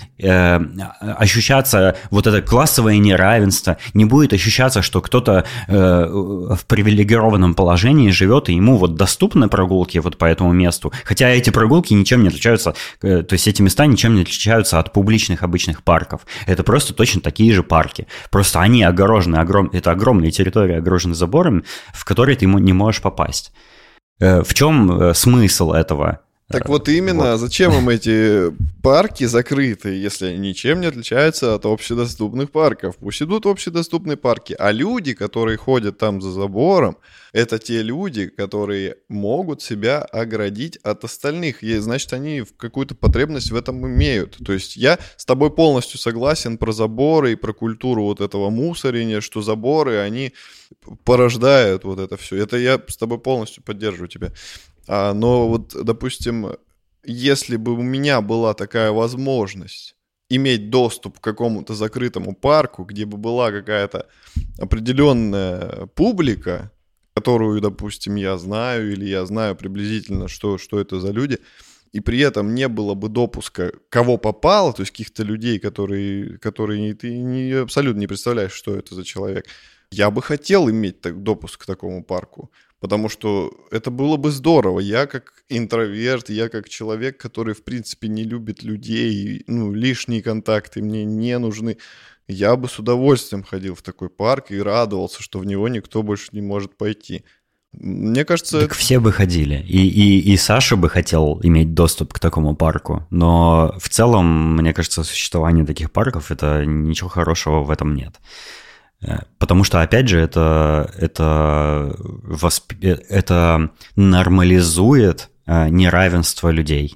ощущаться вот это классовое неравенство, не будет ощущаться, что кто-то в привилегированном положении живет, и ему вот доступны прогулки вот по этому месту, хотя эти прогулки ничем не отличаются, то есть эти места ничем не отличаются от публичных обычных парков, это просто точно такие же парки, просто они огорожены, огром... это огромные территории, огорожены заборами, в которые ты ему не не можешь попасть. В чем смысл этого? Так вот именно, вот. Зачем им эти парки закрыты, если они ничем не отличаются от общедоступных парков? Пусть идут общедоступные парки, а люди, которые ходят там за забором, это те люди, которые могут себя оградить от остальных, и, значит, они какую-то потребность в этом имеют. То есть я с тобой полностью согласен про заборы и про культуру вот этого мусорения, что заборы, они порождают вот это все. Это я с тобой полностью поддерживаю тебя. А, но вот, допустим, если бы у меня была такая возможность иметь доступ к какому-то закрытому парку, где бы была какая-то определенная публика, которую, допустим, я знаю, или я знаю приблизительно, что, что это за люди, и при этом не было бы допуска, кого попало, то есть каких-то людей, которые, которые ты не, абсолютно не представляешь, что это за человек, я бы хотел иметь так, допуск к такому парку, потому что это было бы здорово. Я как интроверт, я как человек, который, в принципе, не любит людей, ну, лишние контакты мне не нужны, я бы с удовольствием ходил в такой парк и радовался, что в него никто больше не может пойти. Мне кажется... Так все бы ходили. И, и, и Саша бы хотел иметь доступ к такому парку. Но в целом, мне кажется, существование таких парков, это ничего хорошего в этом нет. Потому что, опять же, это, это, восп... это нормализует неравенство людей.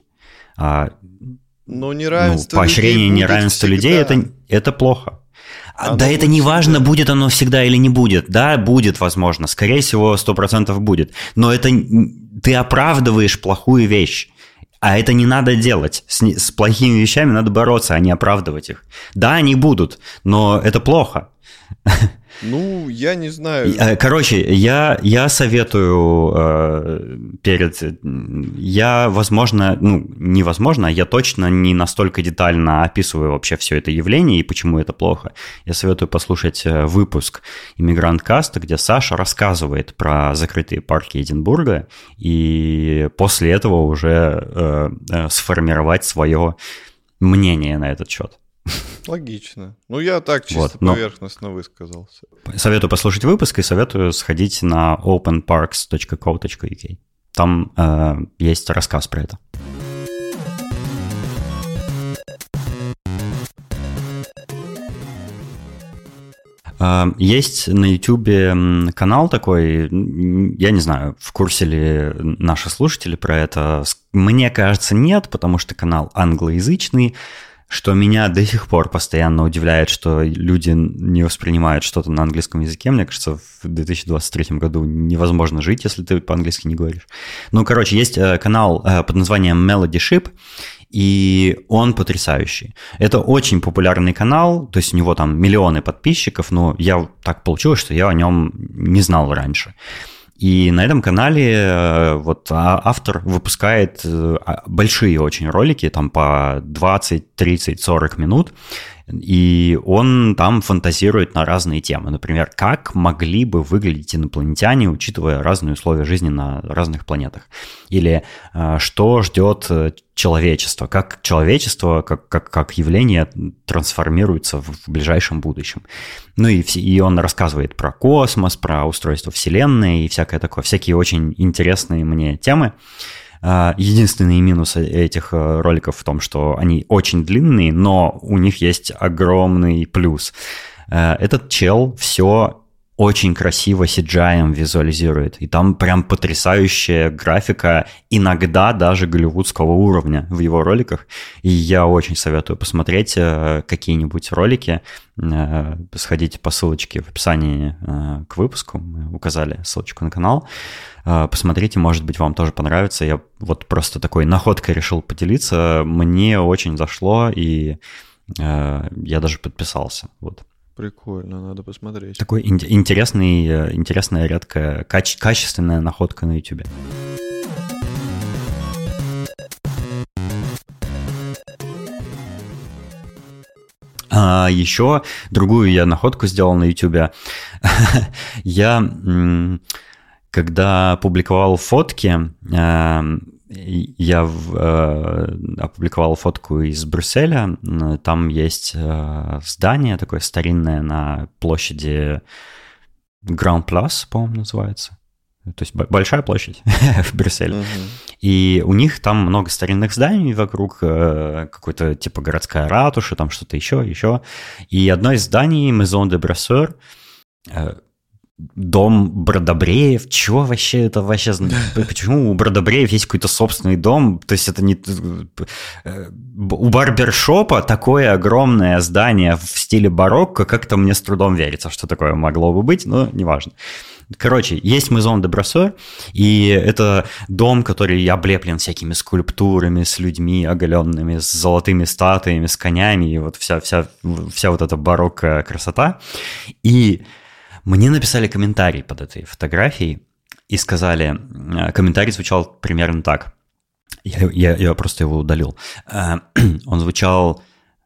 Но неравенство ну, поощрение людей неравенства всегда. людей это, это плохо. Оно да это не важно, будет оно всегда или не будет. Да, будет, возможно. Скорее всего, сто процентов будет. Но это ты оправдываешь плохую вещь. А это не надо делать. С, с плохими вещами надо бороться, а не оправдывать их. Да, они будут, но это плохо. Ну, я не знаю. Короче, я, я советую э, перед... Я, возможно, ну, невозможно, я точно не настолько детально описываю вообще все это явление и почему это плохо. Я советую послушать выпуск «Иммигрант-каста», где Саша рассказывает про закрытые парки Эдинбурга, и после этого уже э, э, сформировать свое мнение на этот счет. Логично. Ну, я так чисто вот, поверхностно высказался. Советую послушать выпуск и советую сходить на оупен паркс точка ко точка ю кей. Там э, есть рассказ про это. Есть на YouTube канал такой, я не знаю, в курсе ли наши слушатели про это. Мне кажется, нет, потому что канал англоязычный, что меня до сих пор постоянно удивляет, что люди не воспринимают что-то на английском языке. Мне кажется, в две тысячи двадцать третьем году невозможно жить, если ты по-английски не говоришь. Ну, короче, есть канал под названием Melody Ship, и он потрясающий. Это очень популярный канал, то есть у него там миллионы подписчиков, но я так получилось, что я о нем не знал раньше. И на этом канале вот автор выпускает большие очень ролики, там по двадцать, тридцать, сорок минут, и он там фантазирует на разные темы. Например, как могли бы выглядеть инопланетяне, учитывая разные условия жизни на разных планетах. Или что ждет человечество, как человечество, как, как, как явление трансформируется в ближайшем будущем. Ну и, и он рассказывает про космос, про устройство Вселенной и всякое такое, всякие очень интересные мне темы. Единственный минус этих роликов в том, что они очень длинные, но у них есть огромный плюс. Этот чел все очень красиво си джи ай визуализирует, и там прям потрясающая графика, иногда даже голливудского уровня в его роликах, и я очень советую посмотреть какие-нибудь ролики, сходите по ссылочке в описании к выпуску, мы указали ссылочку на канал, посмотрите, может быть, вам тоже понравится, я вот просто такой находкой решил поделиться, мне очень зашло, и я даже подписался, вот. Прикольно, надо посмотреть. Такой ин- интересный, интересная, редкая, каче- качественная находка на YouTube. А еще другую я находку сделал на YouTube. Я, когда публиковал фотки, я опубликовал фотку из Брюсселя. Там есть здание такое старинное на площади Grand Place, по-моему, называется. То есть большая площадь в Брюсселе. Uh-huh. И у них там много старинных зданий вокруг, какой-то типа городская ратуша, там что-то еще, еще. И одно из зданий, Maison de Brasseur, дом Бродобреев. Чего вообще это вообще? Почему у Бродобреев есть какой-то собственный дом? То есть это не... У барбершопа такое огромное здание в стиле барокко, как-то мне с трудом верится, что такое могло бы быть, но неважно. Короче, есть Maison de Brasseur, и это дом, который облеплен всякими скульптурами, с людьми оголенными, с золотыми статуями, с конями, и вот вся, вся, вся вот эта барокко красота. И мне написали комментарий под этой фотографией и сказали, комментарий звучал примерно так. Я, я, я просто его удалил. Он звучал: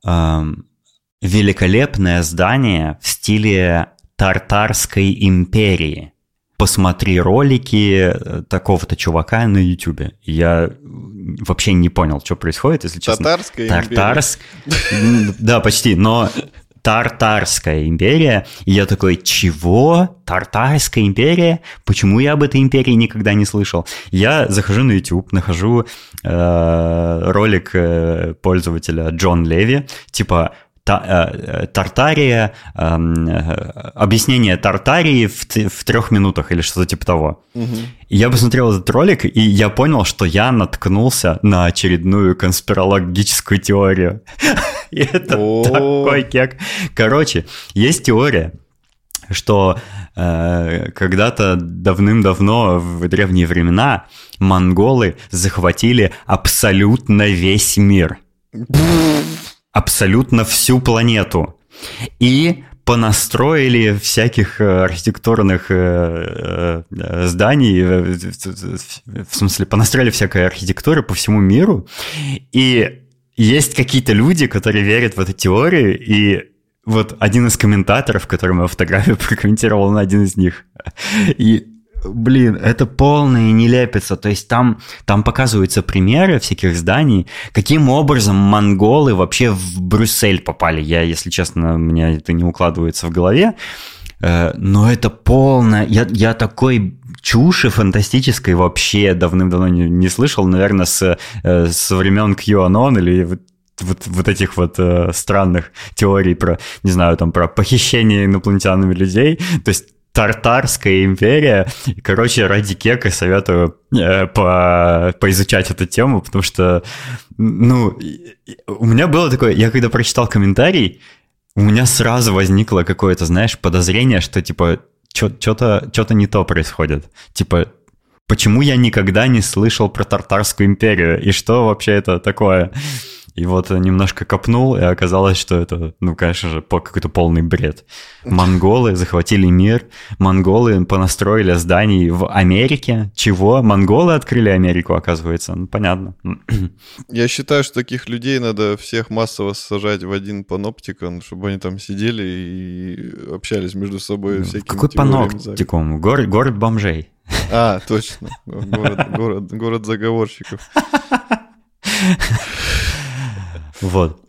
«Великолепное здание в стиле Тартарской империи. Посмотри ролики такого-то чувака на Ютубе». Я вообще не понял, что происходит, если честно. Татарская Тартарск... империя. Да, почти, но Тартарская империя. И я такой: чего? Тартарская империя? Почему я об этой империи никогда не слышал? Я захожу на YouTube, нахожу э, ролик э, пользователя Джон Леви, типа Тартария, э, объяснение Тартарии в, в трех минутах или что-то типа того. Угу. И я посмотрел этот ролик, и я понял, что я наткнулся на очередную конспирологическую теорию. И это такой кек. Короче, есть теория, что э, когда-то давным-давно, в древние времена, монголы захватили абсолютно весь мир. Абсолютно всю планету. И понастроили всяких архитектурных зданий, в смысле, понастроили всякой архитектуры по всему миру. И есть какие-то люди, которые верят в эту теорию, и вот один из комментаторов, который мою фотографию прокомментировал, он один из них. И блин, это полная нелепица. То есть там, там показываются примеры всяких зданий, каким образом монголы вообще в Брюссель попали. Я, если честно, у меня это не укладывается в голове. Но это полное... Я, я такой чуши фантастической вообще давным-давно не, не слышал. Наверное, с, со времен QAnon или... Вот, вот этих вот э, странных теорий про, не знаю, там, про похищение инопланетянами людей. То есть Тартарская империя. Короче, ради кека советую э, по, поизучать эту тему, потому что, ну, у меня было такое... Я когда прочитал комментарий, у меня сразу возникло какое-то, знаешь, подозрение, что, типа, что-то, что-то не то происходит. Типа, почему я никогда не слышал про Тартарскую империю? И что вообще это такое? И вот немножко копнул, и оказалось, что это, ну, конечно же, какой-то полный бред. Монголы захватили мир, монголы понастроили зданий в Америке. Чего? Монголы открыли Америку, оказывается. Ну, понятно. Я считаю, что таких людей надо всех массово сажать в один паноптикон, чтобы они там сидели и общались между собой. Ну, какой паноптикон? Город, город бомжей. А, точно. Город, город, город заговорщиков. Вот.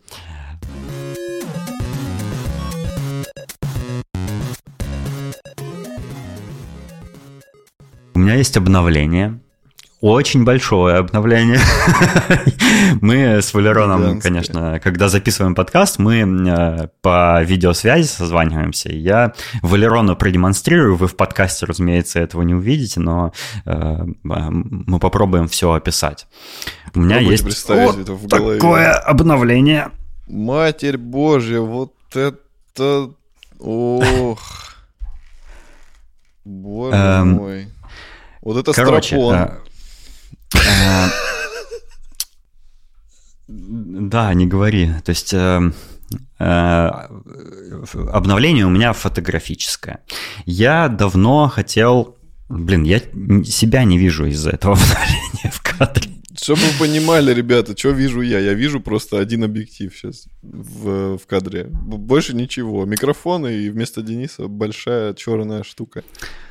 У меня есть обновление. Очень большое обновление. Мы с Валероном, конечно, когда записываем подкаст, мы по видеосвязи созваниваемся. Я Валерону продемонстрирую. Вы в подкасте, разумеется, этого не увидите, но мы попробуем все описать. У меня есть вот такое обновление. Матерь Божья, вот это... Ох. Боже эм... мой. Вот это Короче, стропон. А... А... Да, не говори. То есть... А... А... обновление у меня фотографическое. Я давно хотел... Блин, я себя не вижу из-за этого обновления в кадре. Чтобы вы понимали, ребята, что вижу я. Я вижу просто один объектив сейчас в, в кадре. Больше ничего. Микрофон и вместо Дениса большая черная штука.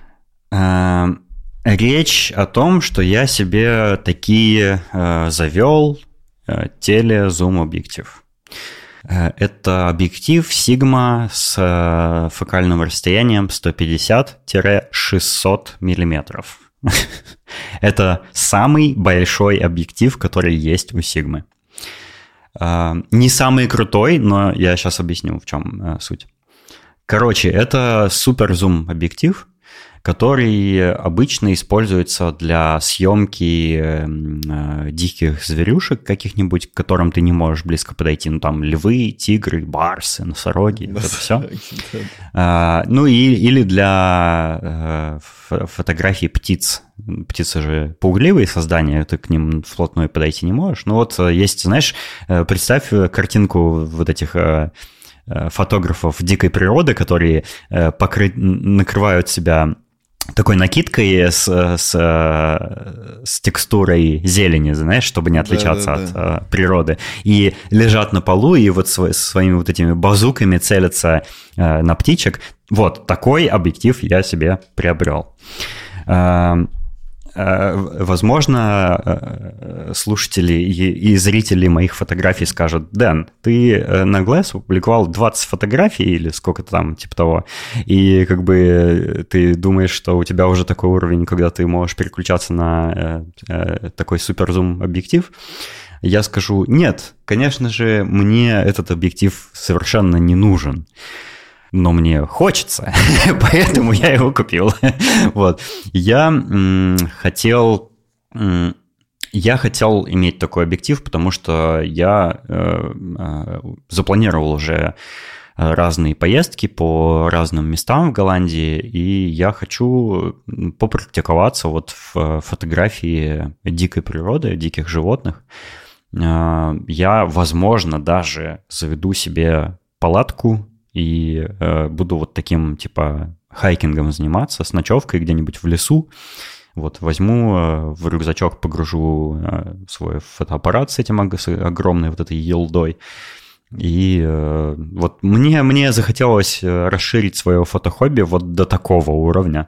Речь о том, что я себе такие завел теле-зум-объектив. Это объектив Sigma с фокальным расстоянием сто пятьдесят - шестьсот миллиметров. Это самый большой объектив, который есть у Sigma. Не самый крутой, но я сейчас объясню, в чем суть. Короче, это супер-зум-объектив, который обычно используется для съемки э, диких зверюшек каких-нибудь, к которым ты не можешь близко подойти. Ну, там львы, тигры, барсы, носороги, вот это все. А, ну, и, или для э, фотографий птиц. Птицы же пугливые создания, ты к ним вплотную подойти не можешь. Ну, вот есть, знаешь, представь картинку вот этих... фотографов дикой природы, которые покры... накрывают себя такой накидкой с, с, с текстурой зелени, знаешь, чтобы не отличаться да, да, от да. природы. И лежат на полу, и вот сво... своими вот этими базуками целятся на птичек. Вот такой объектив я себе приобрел. Возможно, слушатели и зрители моих фотографий скажут: Дэн, ты на Glass опубликовал двадцать фотографий или сколько-то там, типа того, и как бы ты думаешь, что у тебя уже такой уровень, когда ты можешь переключаться на такой суперзум-объектив. Я скажу: нет, конечно же, мне этот объектив совершенно не нужен. Но мне хочется, поэтому я его купил. Вот. Я м, хотел, м, я хотел иметь такой объектив, потому что я э, э, запланировал уже разные поездки по разным местам в Голландии, и я хочу попрактиковаться вот в фотографии дикой природы, диких животных. Я, возможно, даже заведу себе палатку и э, буду вот таким, типа, хайкингом заниматься, с ночевкой где-нибудь в лесу. Вот возьму э, в рюкзачок, погружу э, свой фотоаппарат с этим ог- с огромной вот этой елдой. И э, вот мне, мне захотелось расширить свое фотохобби вот до такого уровня.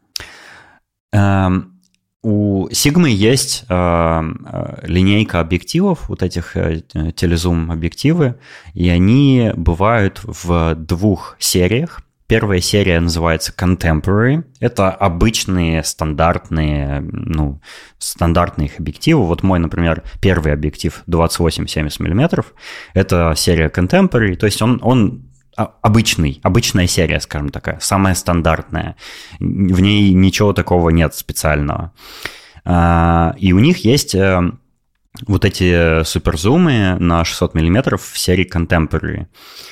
Эм, У Sigma есть э, линейка объективов, вот этих э, телезум-объективы, и они бывают в двух сериях. Первая серия называется Contemporary. Это обычные стандартные, ну, стандартные их объективы. Вот мой, например, первый объектив двадцать восемь - семьдесят миллиметров. Это серия Contemporary, то есть он... он обычный, обычная серия, скажем, такая, самая стандартная. В ней ничего такого нет специального. И у них есть вот эти суперзумы на шестьсот миллиметров в серии Contemporary.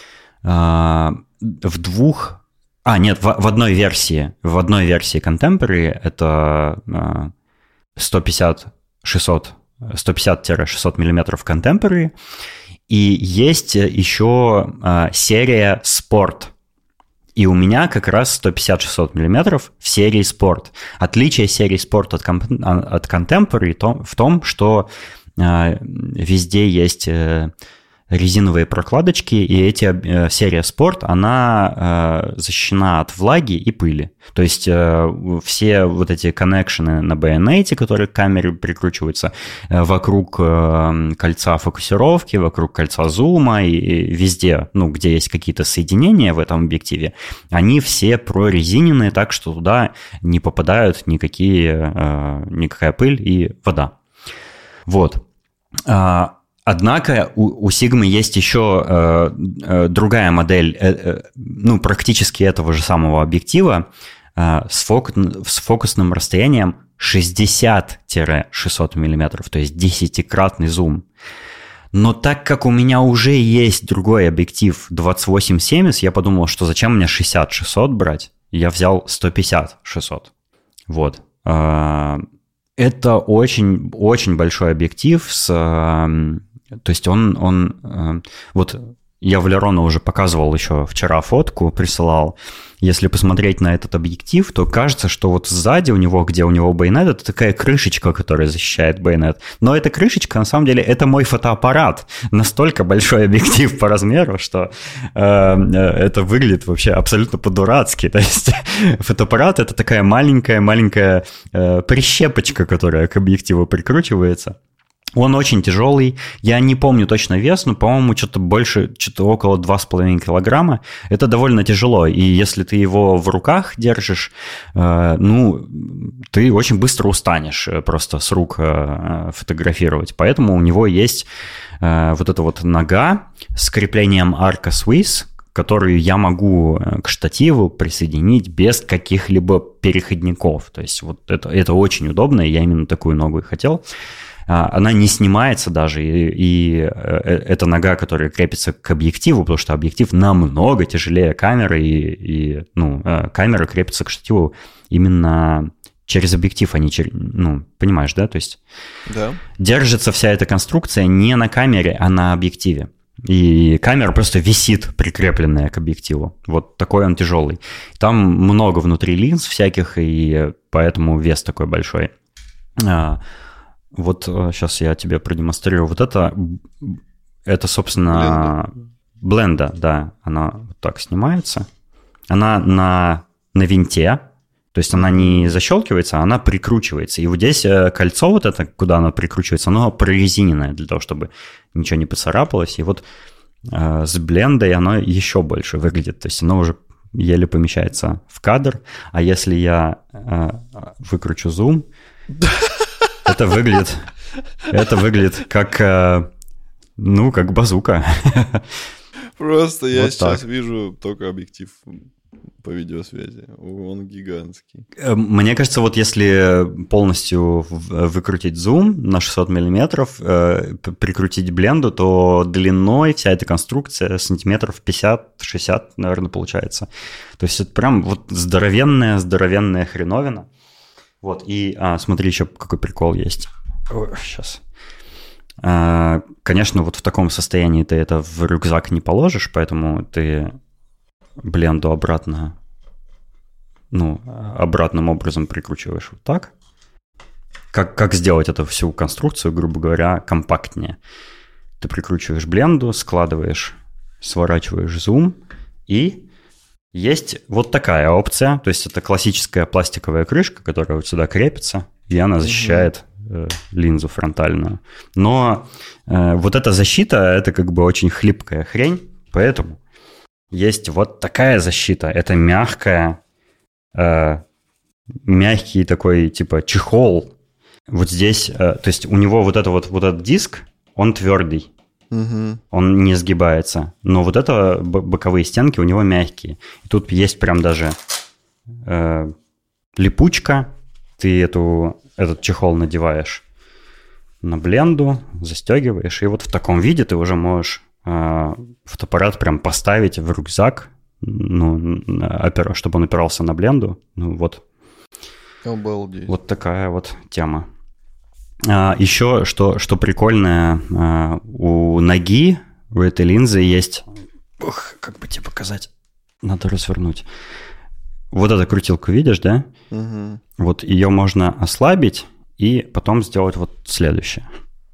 В двух... А, нет, в, в одной версии. В одной версии Contemporary это сто пятьдесят - шестьсот миллиметров Contemporary. И есть еще э, серия Sport. И у меня как раз сто пятьдесят - шестьсот миллиметров в серии Sport. Отличие серии Sport от, от Contemporary то, в том, что э, везде есть э, резиновые прокладочки, и эти, э, серия Sport, она э, защищена от влаги и пыли. То есть э, все вот эти коннекшены на байонете, которые к камере прикручиваются, э, вокруг э, кольца фокусировки, вокруг кольца зума и, и везде, ну, где есть какие-то соединения в этом объективе, они все прорезиненные, так что туда не попадают никакие, э, никакая пыль и вода. Вот. Однако у, у Sigma есть еще э, э, другая модель, э, э, ну, практически этого же самого объектива э, с, фок, с фокусным расстоянием шестьдесят - шестьсот миллиметров, то есть десятикратный зум. Но так как у меня уже есть другой объектив двадцать восемь - семьдесят, я подумал, что зачем мне шестьдесят - шестьсот брать? Я взял сто пятьдесят - шестьсот. Вот. Это очень, очень большой объектив с... То есть он, он... Вот я Валерону уже показывал еще вчера фотку, присылал. Если посмотреть на этот объектив, то кажется, что вот сзади у него, где у него байонет, это такая крышечка, которая защищает байонет. Но эта крышечка, на самом деле, это мой фотоаппарат. Настолько большой объектив по размеру, что э, это выглядит вообще абсолютно по-дурацки. То есть фотоаппарат – это такая маленькая-маленькая э, прищепочка, которая к объективу прикручивается. Он очень тяжелый, я не помню точно вес, но, по-моему, что-то больше, что-то около два с половиной килограмма. Это довольно тяжело, и если ты его в руках держишь, э, ну, ты очень быстро устанешь просто с рук э, фотографировать. Поэтому у него есть э, вот эта вот нога с креплением Arca Swiss, которую я могу к штативу присоединить без каких-либо переходников. То есть вот это, это очень удобно, и я именно такую ногу и хотел. Она не снимается даже, и, и это нога, которая крепится к объективу, потому что объектив намного тяжелее камеры, и, и ну, камера крепится к штативу именно через объектив, а не через... Ну, понимаешь, да? То есть да. Держится вся эта конструкция не на камере, а на объективе. И камера просто висит, прикрепленная к объективу. Вот такой он тяжелый. Там много внутри линз всяких, и поэтому вес такой большой. Вот сейчас я тебе продемонстрирую. Вот это, это собственно, бленда, да. Она вот так снимается. Она на, на винте, то есть она не защелкивается, она прикручивается. И вот здесь кольцо вот это, куда оно прикручивается, оно прорезиненное для того, чтобы ничего не поцарапалось. И вот э, с блендой оно еще больше выглядит. То есть оно уже еле помещается в кадр. А если я э, выкручу зум... Это выглядит, это выглядит как, ну, как базука. Просто я вот сейчас так. Вижу только объектив по видеосвязи. Он гигантский. Мне кажется, вот если полностью выкрутить зум на шестьсот миллиметров, прикрутить бленду, то длиной вся эта конструкция сантиметров пятьдесят-шестьдесят, наверное, получается. То есть это прям вот здоровенная-здоровенная хреновина. Вот, и а, смотри, еще какой прикол есть. Ой, сейчас. А, конечно, вот в таком состоянии ты это в рюкзак не положишь, поэтому ты бленду обратно, ну, обратным образом прикручиваешь вот так. Как, как сделать эту всю конструкцию, грубо говоря, компактнее? Ты прикручиваешь бленду, складываешь, сворачиваешь зум и... Есть вот такая опция, то есть это классическая пластиковая крышка, которая вот сюда крепится, и она защищает э, линзу фронтальную. Но э, вот эта защита, это как бы очень хлипкая хрень, поэтому есть вот такая защита. Это мягкая, э, мягкий такой типа чехол. Вот здесь, э, то есть у него вот, это вот, вот этот диск, он твердый. Угу. Он не сгибается. Но вот это боковые стенки у него мягкие. И тут есть прям даже э, липучка. Ты эту, этот чехол надеваешь на бленду, застегиваешь. И вот в таком виде ты уже можешь э, фотоаппарат прям поставить в рюкзак, ну, опер, чтобы он опирался на бленду. Ну вот. Обалдеть. Вот такая вот тема. А, еще, что, что прикольное, а, у ноги, у этой линзы есть... Ох, как бы тебе показать? Надо развернуть. Вот эту крутилку видишь, да? Угу. Вот ее можно ослабить и потом сделать вот следующее.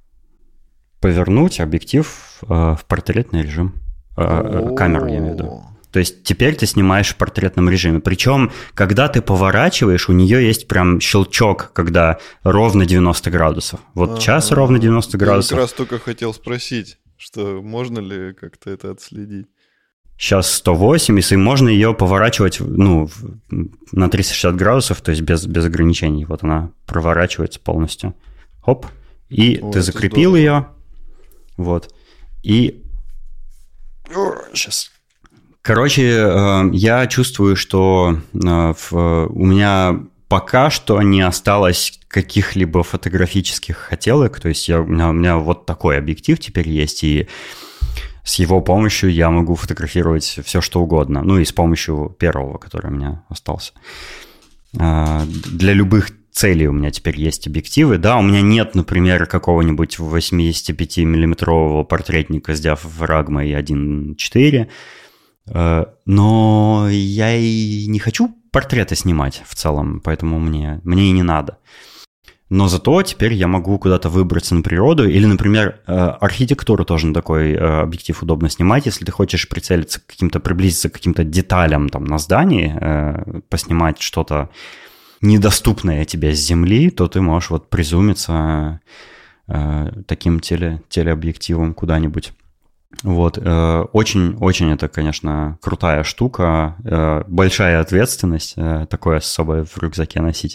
Повернуть объектив а, в портретный режим. А, камеру, я имею в виду. То есть теперь ты снимаешь в портретном режиме. Причем, когда ты поворачиваешь, у нее есть прям щелчок, когда ровно девяносто градусов. Вот а, сейчас ровно девяносто градусов. Я как раз только хотел спросить, что можно ли как-то это отследить. Сейчас сто восемьдесят, и можно ее поворачивать ну, на триста шестьдесят градусов, то есть без, без ограничений. Вот она проворачивается полностью. Хоп. И О, ты закрепил здорово. Ее. Вот. И... Сейчас... Короче, я чувствую, что у меня пока что не осталось каких-либо фотографических хотелок. То есть я, у меня, у меня вот такой объектив теперь есть, и с его помощью я могу фотографировать все, что угодно. Ну и с помощью первого, который у меня остался. Для любых целей у меня теперь есть объективы. Да, у меня нет, например, какого-нибудь восьмидесятипятимиллиметрового портретника с диафрагмой один четыре, но я и не хочу портреты снимать в целом, поэтому мне, мне и не надо. Но зато теперь я могу куда-то выбраться на природу. Или, например, архитектуру тоже на такой объектив удобно снимать. Если ты хочешь прицелиться к каким-то, приблизиться к каким-то деталям там, на здании, поснимать что-то недоступное тебе с земли, то ты можешь вот призумиться таким теле, телеобъективом куда-нибудь. Вот, очень-очень это, конечно, крутая штука, большая ответственность такое с собой в рюкзаке носить.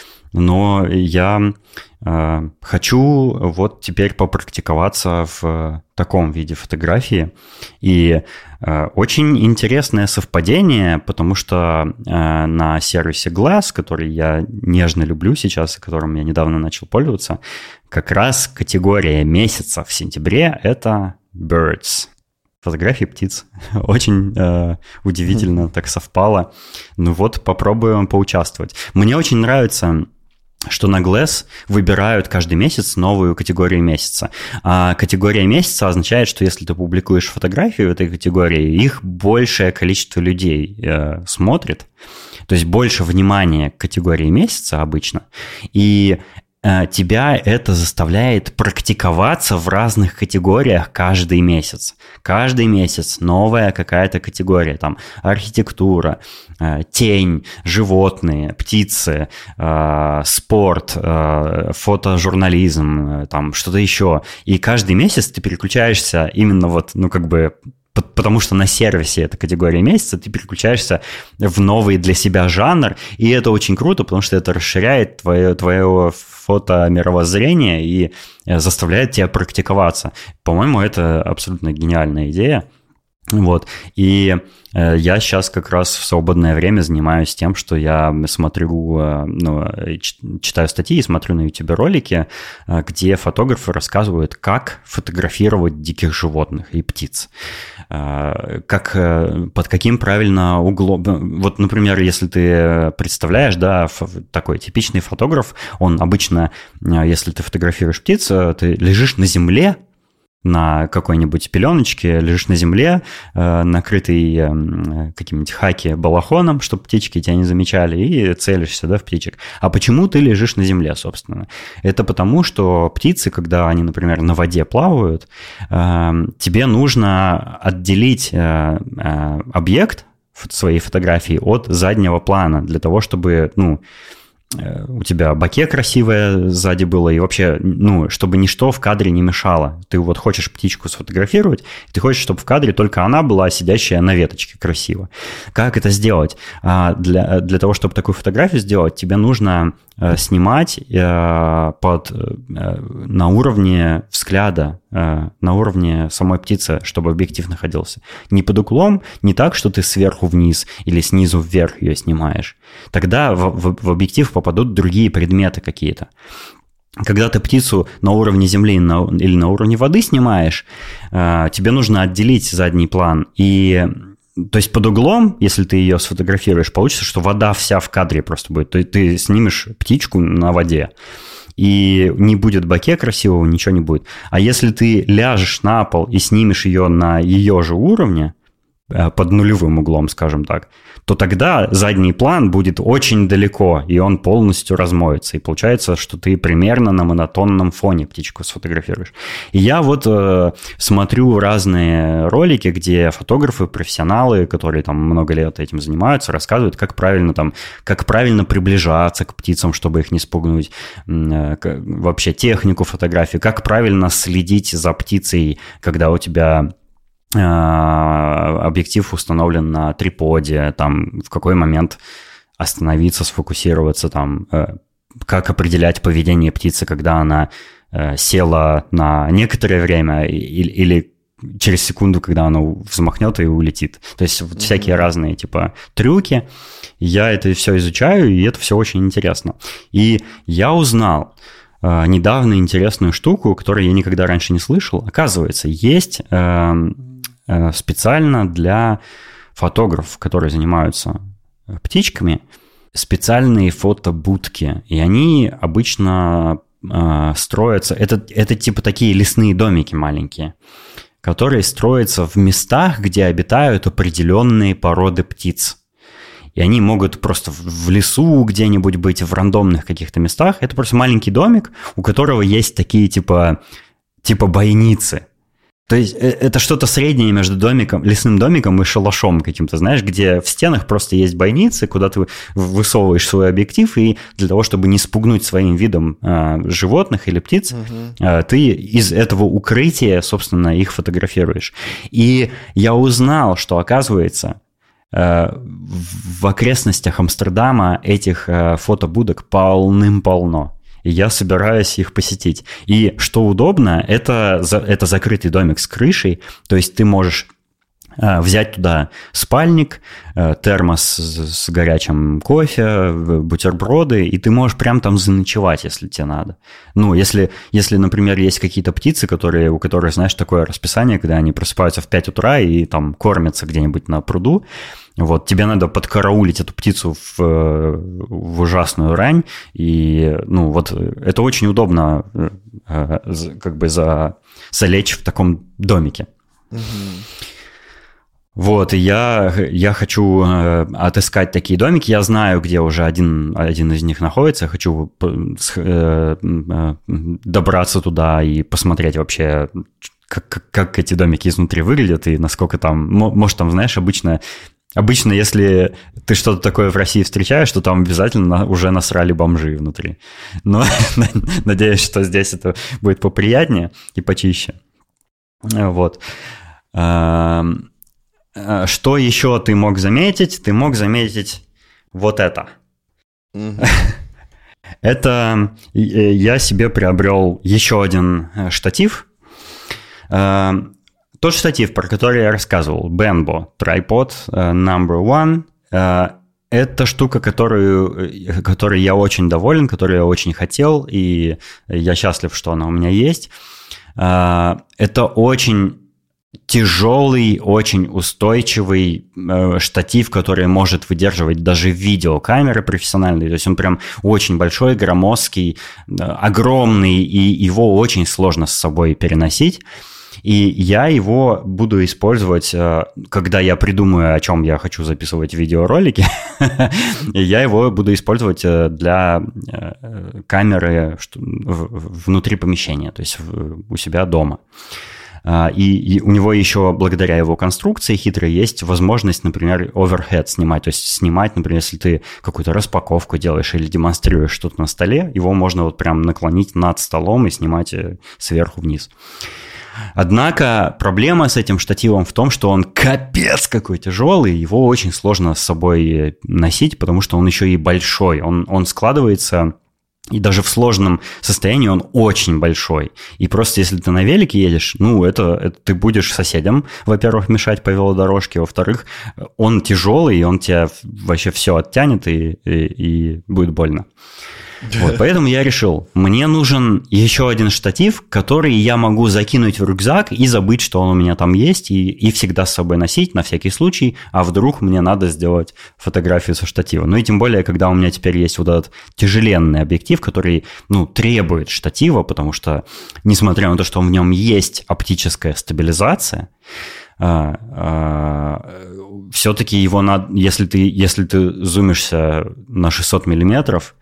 Но я э, хочу вот теперь попрактиковаться в таком виде фотографии. И э, очень интересное совпадение, потому что э, на сервисе Glass, который я нежно люблю сейчас, и которым я недавно начал пользоваться, как раз категория месяца в сентябре – это birds. Фотографии птиц. Очень э, удивительно так совпало. Ну вот, попробуем поучаствовать. Мне очень нравится, что на Glass выбирают каждый месяц новую категорию месяца. А категория месяца означает, что если ты публикуешь фотографии в этой категории, их большее количество людей э, смотрит. То есть больше внимания к категории месяца обычно. И тебя это заставляет практиковаться в разных категориях каждый месяц. Каждый месяц новая какая-то категория. Там архитектура, тень, животные, птицы, спорт, фотожурнализм, там что-то еще. И каждый месяц ты переключаешься именно вот, ну как бы... Потому что на сервисе эта категория месяца ты переключаешься в новый для себя жанр, и это очень круто, потому что это расширяет твое, твое фотомировоззрение и заставляет тебя практиковаться. По-моему, это абсолютно гениальная идея. Вот. И э, я сейчас как раз в свободное время занимаюсь тем, что я смотрю, э, ну, читаю статьи и смотрю на YouTube ролики, э, где фотографы рассказывают, как фотографировать диких животных и птиц. Э, как, э, под каким правильно углом... Вот, например, если ты представляешь, да, такой типичный фотограф, он обычно, если ты фотографируешь птиц, ты лежишь на земле, на какой-нибудь пеленочке, лежишь на земле, э, накрытый э, каким-нибудь хаки балахоном, чтобы птички тебя не замечали, и целишься, да, в птичек. А почему ты лежишь на земле, собственно? Это потому, что птицы, когда они, например, на воде плавают, э, тебе нужно отделить э, э, объект своей фотографии от заднего плана для того, чтобы, ну, у тебя боке красивое сзади было, и вообще, ну, чтобы ничто в кадре не мешало. Ты вот хочешь птичку сфотографировать, и ты хочешь, чтобы в кадре только она была сидящая на веточке красиво. Как это сделать? Для, для того, чтобы такую фотографию сделать, тебе нужно снимать под, на уровне взгляда, на уровне самой птицы, чтобы объектив находился. Не под углом, не так, что ты сверху вниз или снизу вверх ее снимаешь. Тогда в, в, в объектив попадут другие предметы какие-то. Когда ты птицу на уровне земли на, или на уровне воды снимаешь, тебе нужно отделить задний план. И, то есть под углом, если ты ее сфотографируешь, получится, что вода вся в кадре просто будет. То есть ты снимешь птичку на воде, и не будет боке красивого, ничего не будет. А если ты ляжешь на пол и снимешь ее на ее же уровне, под нулевым углом, скажем так, то тогда задний план будет очень далеко, и он полностью размоется. И получается, что ты примерно на монотонном фоне птичку сфотографируешь. И я вот э, смотрю разные ролики, где фотографы, профессионалы, которые там много лет этим занимаются, рассказывают, как правильно, там, как правильно приближаться к птицам, чтобы их не спугнуть, э, вообще технику фотографии, как правильно следить за птицей, когда у тебя... объектив установлен на триподе, там, в какой момент остановиться, сфокусироваться, там, как определять поведение птицы, когда она села на некоторое время или, или через секунду, когда она взмахнет и улетит. То есть вот mm-hmm. всякие разные типа трюки. Я это все изучаю, и это все очень интересно. И я узнал недавно интересную штуку, которую я никогда раньше не слышал. Оказывается, есть... специально для фотографов, которые занимаются птичками, специальные фотобудки, и они обычно э, строятся... Это, это типа такие лесные домики маленькие, которые строятся в местах, где обитают определенные породы птиц. И они могут просто в лесу где-нибудь быть, в рандомных каких-то местах. Это просто маленький домик, у которого есть такие типа, типа бойницы. То есть это что-то среднее между домиком, лесным домиком и шалашом каким-то, знаешь, где в стенах просто есть бойницы, куда ты высовываешь свой объектив, и для того, чтобы не спугнуть своим видом э, животных или птиц, угу. э, ты из этого укрытия, собственно, их фотографируешь. И я узнал, что, оказывается, э, в окрестностях Амстердама этих э, фотобудок полным-полно. И я собираюсь их посетить. И что удобно, это, это закрытый домик с крышей, то есть ты можешь э, взять туда спальник, э, термос с, с горячим кофе, бутерброды, и ты можешь прям там заночевать, если тебе надо. Ну, если, если, например, есть какие-то птицы, которые, у которых, знаешь, такое расписание, когда они просыпаются в пять утра и там кормятся где-нибудь на пруду, вот, тебе надо подкараулить эту птицу в, в ужасную рань, и, ну, вот, это очень удобно как бы за, залечь в таком домике. Угу. Вот, и я, я хочу отыскать такие домики, я знаю, где уже один, один из них находится, я хочу добраться туда и посмотреть вообще, как, как, как эти домики изнутри выглядят, и насколько там, может, там, знаешь, обычно... Обычно, если ты что-то такое в России встречаешь, то там обязательно уже насрали бомжи внутри. Но надеюсь, что здесь это будет поприятнее и почище. Вот. Что еще ты мог заметить? Ты мог заметить вот это. Mm-hmm. Это я себе приобрел еще один штатив. Тот штатив, про который я рассказывал, Benbo Tripod Number One, это штука, которую, которой я очень доволен, которую я очень хотел, и я счастлив, что она у меня есть. Это очень тяжелый, очень устойчивый штатив, который может выдерживать даже видеокамеры профессиональные. То есть он прям очень большой, громоздкий, огромный, и его очень сложно с собой переносить. И я его буду использовать, когда я придумаю, о чем я хочу записывать видеоролики. Я его буду использовать для камеры внутри помещения, то есть у себя дома. И, и у него еще, благодаря его конструкции хитрой, есть возможность, например, overhead снимать. То есть снимать, например, если ты какую-то распаковку делаешь или демонстрируешь что-то на столе, его можно вот прям наклонить над столом и снимать сверху вниз. Однако проблема с этим штативом в том, что он капец какой тяжелый, его очень сложно с собой носить, потому что он еще и большой, он, он складывается, и даже в сложном состоянии он очень большой. И просто если ты на велике едешь, ну, это, это ты будешь соседям, во-первых, мешать по велодорожке, во-вторых, он тяжелый, и он тебя вообще все оттянет, и, и, и будет больно. Вот, поэтому я решил, мне нужен еще один штатив, который я могу закинуть в рюкзак и забыть, что он у меня там есть, и, и всегда с собой носить на всякий случай, а вдруг мне надо сделать фотографию со штатива. Ну и тем более, когда у меня теперь есть вот этот тяжеленный объектив, который, ну, требует штатива, потому что, несмотря на то, что в нем есть оптическая стабилизация, а, а, все-таки его надо, если ты, если ты зумишься на шестьсот миллиметров,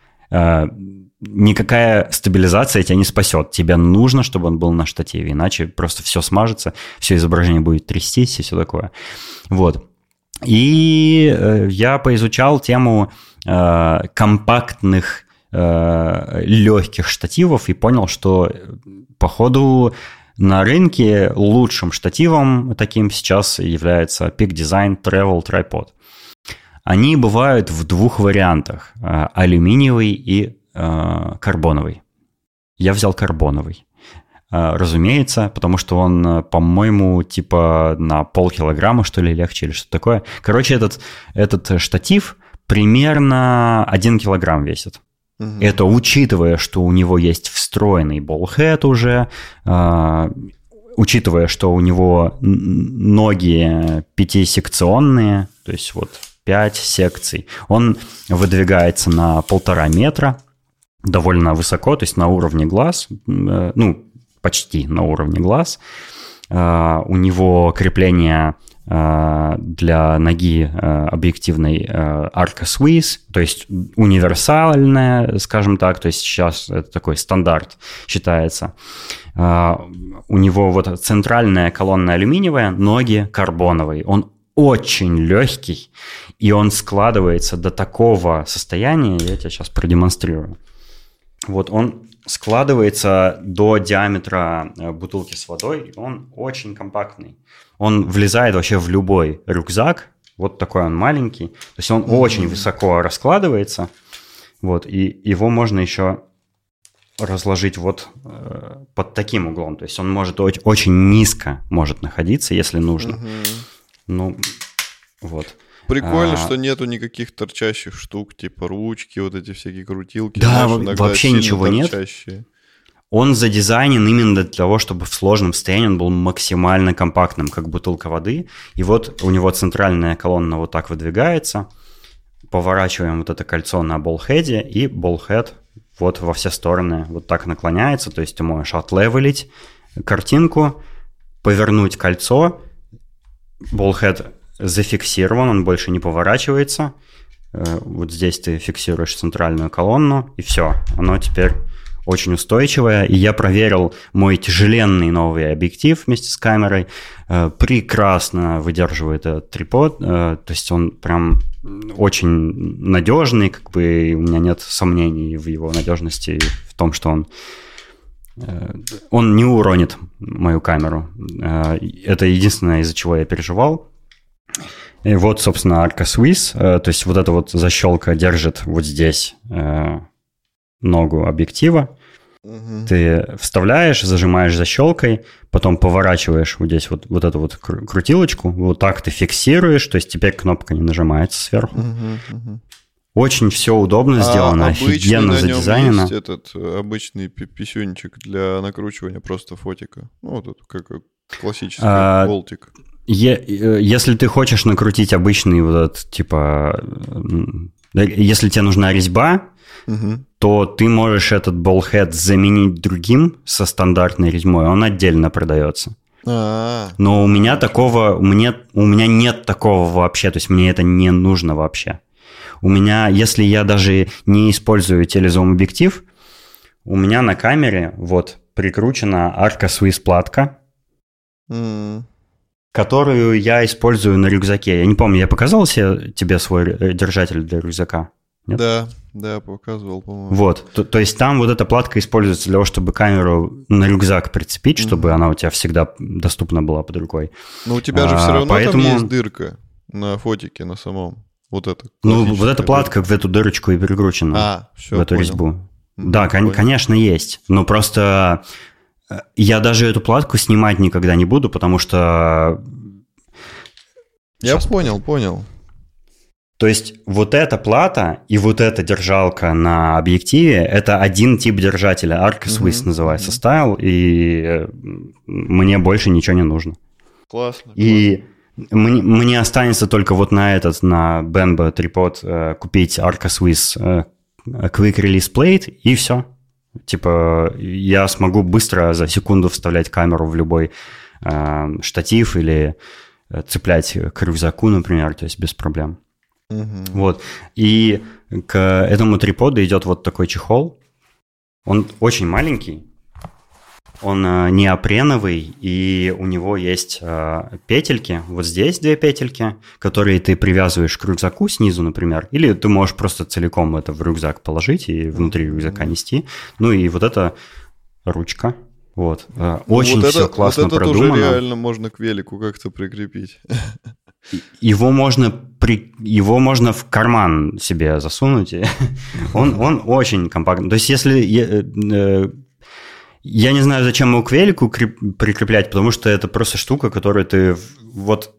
никакая стабилизация тебя не спасет. Тебе нужно, чтобы он был на штативе, иначе просто все смажется, все изображение будет трястись и все такое. Вот. И я поизучал тему э, компактных э, легких штативов и понял, что, походу, на рынке лучшим штативом таким сейчас является Peak Design Travel Tripod. Они бывают в двух вариантах – алюминиевый и э, карбоновый. Я взял карбоновый, э, разумеется, потому что он, по-моему, типа на полкилограмма, что ли, легче или что-то такое. Короче, этот, этот штатив примерно один килограмм весит. Угу. Это учитывая, что у него есть встроенный боллхед уже, э, учитывая, что у него ноги пятисекционные, то есть вот пять секций. Он выдвигается на полтора метра, довольно высоко, то есть на уровне глаз, ну, почти на уровне глаз. У него крепление для ноги объективной Arca Swiss, то есть универсальная, скажем так, то есть сейчас это такой стандарт считается. У него вот центральная колонна алюминиевая, ноги карбоновые. Он очень легкий, и он складывается до такого состояния, я тебе сейчас продемонстрирую. Вот он складывается до диаметра бутылки с водой, и он очень компактный. Он влезает вообще в любой рюкзак, вот такой он маленький, то есть он mm-hmm. очень высоко раскладывается, вот, и его можно еще разложить вот э, под таким углом, то есть он может очень, очень низко может находиться, если нужно. Mm-hmm. Ну, вот. Прикольно, а, что нету никаких торчащих штук, типа ручки, вот эти всякие крутилки. Да, вообще ничего торчащие. Нет. Он задизайнен именно для того, чтобы в сложном состоянии он был максимально компактным, как бутылка воды. И вот у него центральная колонна вот так выдвигается. Поворачиваем вот это кольцо на боллхеде, и боллхед вот во все стороны вот так наклоняется. То есть ты можешь отлевелить картинку, повернуть кольцо. Боллхед зафиксирован, он больше не поворачивается. Вот здесь ты фиксируешь центральную колонну, и все. Оно теперь очень устойчивое. И я проверил мой тяжеленный новый объектив вместе с камерой. Прекрасно выдерживает этот трипод. То есть он прям очень надежный. Как бы у меня нет сомнений в его надежности, в том, что он он не уронит мою камеру. Это единственное, из-за чего я переживал. И вот, собственно, Arca Swiss. То есть вот эта вот защелка держит вот здесь ногу объектива. Угу. Ты вставляешь, зажимаешь защелкой, потом поворачиваешь вот здесь вот, вот эту вот крутилочку. Вот так ты фиксируешь. То есть теперь кнопка не нажимается сверху. Угу, угу. Очень все удобно сделано, а офигенно задизайнено. Есть этот обычный писюнчик для накручивания просто фотика. Ну, вот это как классический а, болтик. Е- если ты хочешь накрутить обычный вот этот, типа... Если тебе нужна резьба, угу. то ты можешь этот боллхед заменить другим со стандартной резьбой. Он отдельно продается. А-а-а. Но у меня такого... У меня, у меня нет такого вообще. То есть мне это не нужно вообще. У меня, если я даже не использую телезум-объектив, у меня на камере вот прикручена Arca Swiss платка, mm. которую я использую на рюкзаке. Я не помню, я показал тебе свой держатель для рюкзака? Нет? Да, да, показывал, по-моему. Вот, то, то есть там вот эта платка используется для того, чтобы камеру на рюкзак прицепить, mm. чтобы она у тебя всегда доступна была под рукой. Но у тебя же а, все равно поэтому... там есть дырка на фотике, на самом. Вот это. Ну, вот эта платка в эту дырочку и прикручена, а, все, в эту понял. резьбу. Да, кон- конечно, есть. Но просто я даже эту платку снимать никогда не буду, потому что... Я Сейчас понял, понял. То есть вот эта плата и вот эта держалка на объективе – это один тип держателя. Arca Swiss mm-hmm. называется стайл, и мне больше ничего не нужно. Классно. И... классно. Мне, мне останется только вот на этот, на Benbo трипод э, купить Arca Swiss э, Quick Release Plate, и все. Типа я смогу быстро за секунду вставлять камеру в любой э, штатив или цеплять к рюкзаку, например, то есть без проблем. Mm-hmm. Вот. И к этому триподу идет вот такой чехол. Он очень маленький. Он неопреновый, и у него есть э, петельки. Вот здесь две петельки, которые ты привязываешь к рюкзаку снизу, например. Или ты можешь просто целиком это в рюкзак положить и внутри рюкзака нести. Ну и вот эта ручка. Вот. Э, очень вот все это, классно вот это продумано. Тоже реально можно к велику как-то прикрепить. Его можно, при... Его можно в карман себе засунуть. он, он очень компактный. То есть если... Я не знаю, зачем его к велику прикреплять, потому что это просто штука, которую ты вот...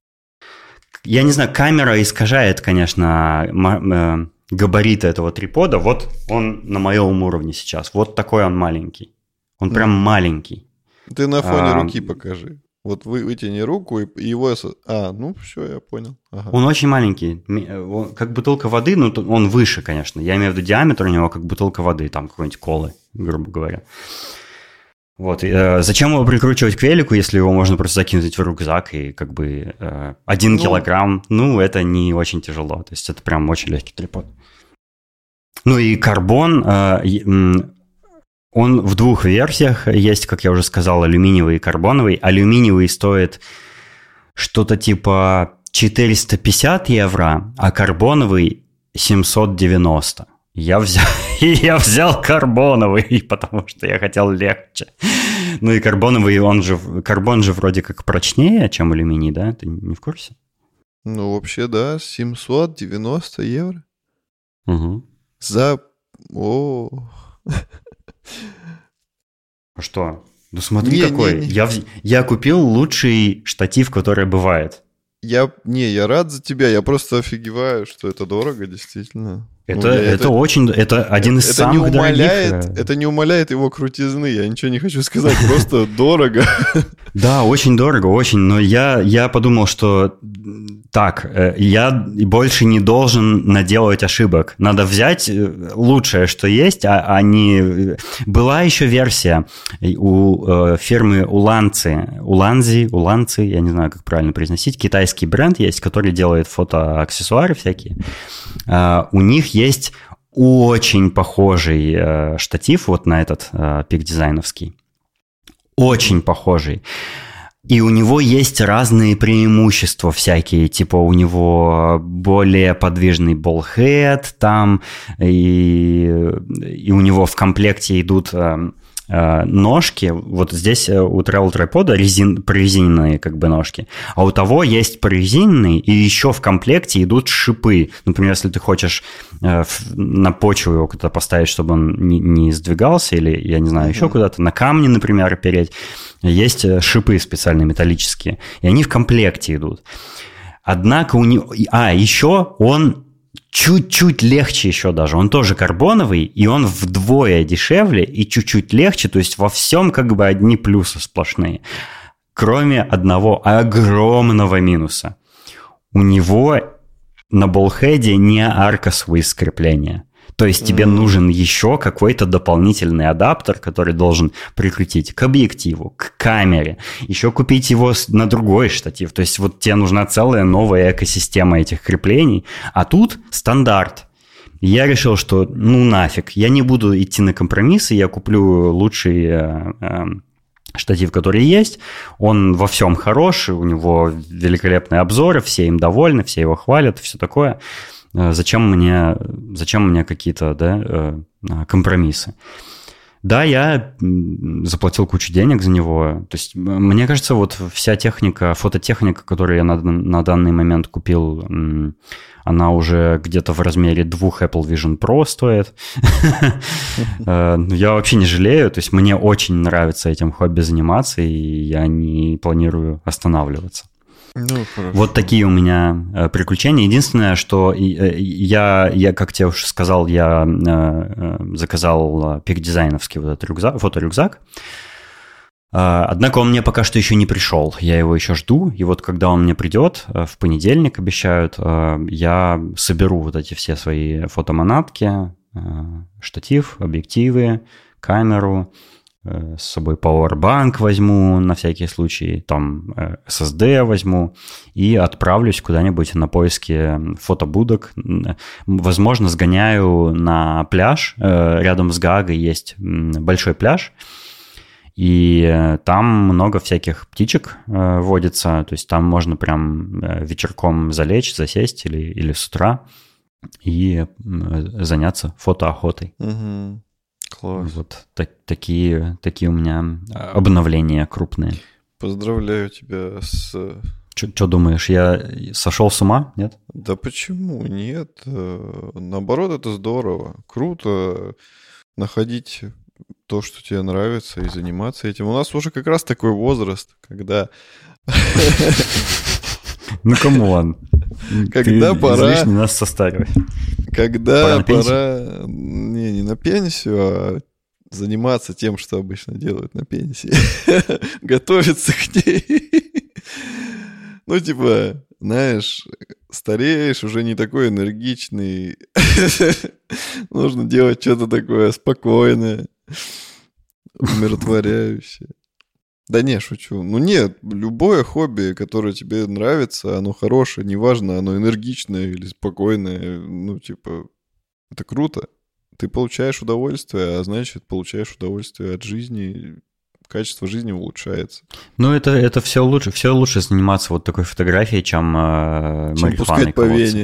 Я не знаю, камера искажает, конечно, габариты этого трипода. Вот он на моем уровне сейчас. Вот такой он маленький. Он прям маленький. Ты на фоне а, руки покажи. Вот вы, вытяни руку, и его... А, ну все, я понял. Ага. Он очень маленький, как бутылка воды, но он выше, конечно. Я имею в виду диаметр у него, как бутылка воды, там какой-нибудь колы, грубо говоря. Вот. И, зачем его прикручивать к велику, если его можно просто закинуть в рюкзак и как бы один ну, килограмм, ну, это не очень тяжело. То есть это прям очень легкий трипод. Ну и карбон... Он в двух версиях есть, как я уже сказал, алюминиевый и карбоновый. Алюминиевый стоит что-то типа четыреста пятьдесят евро, а карбоновый семьсот девяносто. Я взял, я взял карбоновый, потому что я хотел легче. Ну и карбоновый, он же, карбон же вроде как прочнее, чем алюминий, да? Ты не в курсе? Ну вообще да, семьсот девяносто евро. Угу. За... О... А что? Ну смотри, не, какой. Не, не. Я, я купил лучший штатив, который бывает. Я, не, я рад за тебя, я просто офигеваю, что это дорого, действительно. Это, ну, это, это очень, это один из это самых не умаляет, дорогих. Это не умаляет его крутизны, я ничего не хочу сказать, просто дорого. Да, очень дорого, очень, но я, я подумал, что так, я больше не должен наделать ошибок. Надо взять лучшее, что есть, а, а не... Была еще версия у э, фирмы Уланцы, Уланзи, Уланцы, я не знаю, как правильно произносить, китайский бренд есть, который делает фотоаксессуары всякие. Uh, у них есть очень похожий uh, штатив вот на этот uh, пик-дизайновский. Очень похожий. И у него есть разные преимущества всякие, типа у него более подвижный болхед там, и, и у него в комплекте идут... Uh, ножки, вот здесь у Travel Tripod резин, прорезиненные как бы ножки, а у того есть прорезиненные, и еще в комплекте идут шипы. Например, если ты хочешь э, на почву его куда-то поставить, чтобы он не, не сдвигался, или, я не знаю, mm-hmm. еще куда-то, на камни, например, опереть, есть шипы специальные металлические, и они в комплекте идут. Однако у него... А, еще он... чуть-чуть легче еще даже. Он тоже карбоновый, и он вдвое дешевле и чуть-чуть легче. То есть во всем как бы одни плюсы сплошные. Кроме одного огромного минуса. У него на болхеде не аркосовые скрепления. То есть тебе mm. нужен еще какой-то дополнительный адаптер, который должен прикрутить к объективу, к камере, еще купить его на другой штатив. То есть вот тебе нужна целая новая экосистема этих креплений. А тут стандарт. Я решил, что ну нафиг, я не буду идти на компромиссы, я куплю лучший э, э, штатив, который есть. Он во всем хорош, у него великолепные обзоры, все им довольны, все его хвалят, все такое. Зачем мне, зачем мне какие-то да, компромиссы? Да, я заплатил кучу денег за него. То есть, мне кажется, вот вся техника, фототехника, которую я на, на данный момент купил, она уже где-то в размере двух Apple Vision Pro стоит. Я вообще не жалею. То есть, мне очень нравится этим хобби заниматься, и я не планирую останавливаться. Ну, вот такие у меня э, приключения. Единственное, что э, я, я, как тебе уже сказал, я э, заказал пик-дизайновский вот этот рюкзак, фоторюкзак. Э, однако он мне пока что еще не пришел. Я его еще жду. И вот когда он мне придет, э, в понедельник обещают, э, я соберу вот эти все свои фотоманатки, э, штатив, объективы, камеру. С собой Powerbank возьму на всякий случай, там эс эс ди возьму и отправлюсь куда-нибудь на поиски фотобудок. Возможно, сгоняю на пляж. Рядом с Гаагой есть большой пляж, и там много всяких птичек водится. То есть там можно прям вечерком залечь, засесть или, или с утра и заняться фотоохотой. Угу. Класс. Вот так, такие, такие у меня обновления крупные. Поздравляю тебя с... Что думаешь, я сошел с ума, нет? Да почему? Нет. Наоборот, это здорово. Круто находить то, что тебе нравится, и заниматься этим. У нас уже как раз такой возраст, когда... Ну, камон. Когда пора... излишне нас состаривать. Когда пора... пора... Не, не на пенсию, а заниматься тем, что обычно делают на пенсии. Готовиться к ней. Ну, типа, знаешь, стареешь, уже не такой энергичный. Нужно делать что-то такое спокойное, умиротворяющее. Да не, шучу. Ну нет, любое хобби, которое тебе нравится, оно хорошее, неважно, оно энергичное или спокойное, ну, типа, это круто. Ты получаешь удовольствие, а значит, получаешь удовольствие от жизни, качество жизни улучшается. Ну, это, это все лучше, все лучше заниматься вот такой фотографией, чем э, чем пускать по вене.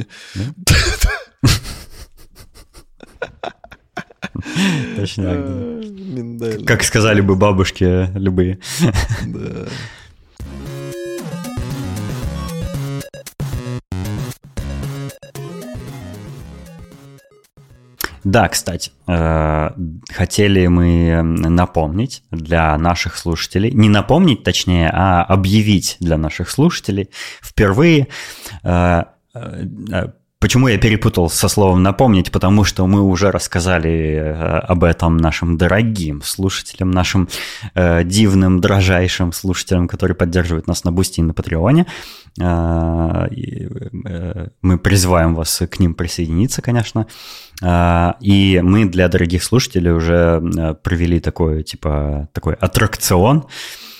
Точно. Как сказали бы бабушки любые. Да. Да, кстати, хотели мы напомнить для наших слушателей, не напомнить точнее, а объявить для наших слушателей впервые. Почему я перепутал со словом «напомнить»? Потому что мы уже рассказали об этом нашим дорогим слушателям, нашим э, дивным, дрожайшим слушателям, которые поддерживают нас на Бусти и на Патреоне. Э, э, мы призываем вас к ним присоединиться, конечно. Э, и мы для дорогих слушателей уже провели такой, типа, такой аттракцион,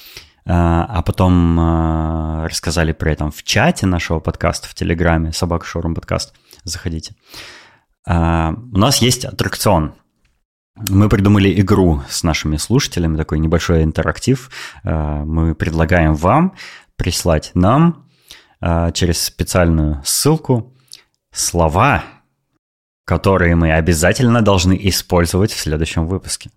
а потом э, рассказали при этом в чате нашего подкаста в Телеграме «Собака Шоурум подкаст». Заходите. Э, у нас есть аттракцион. Мы придумали игру с нашими слушателями, такой небольшой интерактив. Э, мы предлагаем вам прислать нам э, через специальную ссылку слова, которые мы обязательно должны использовать в следующем выпуске.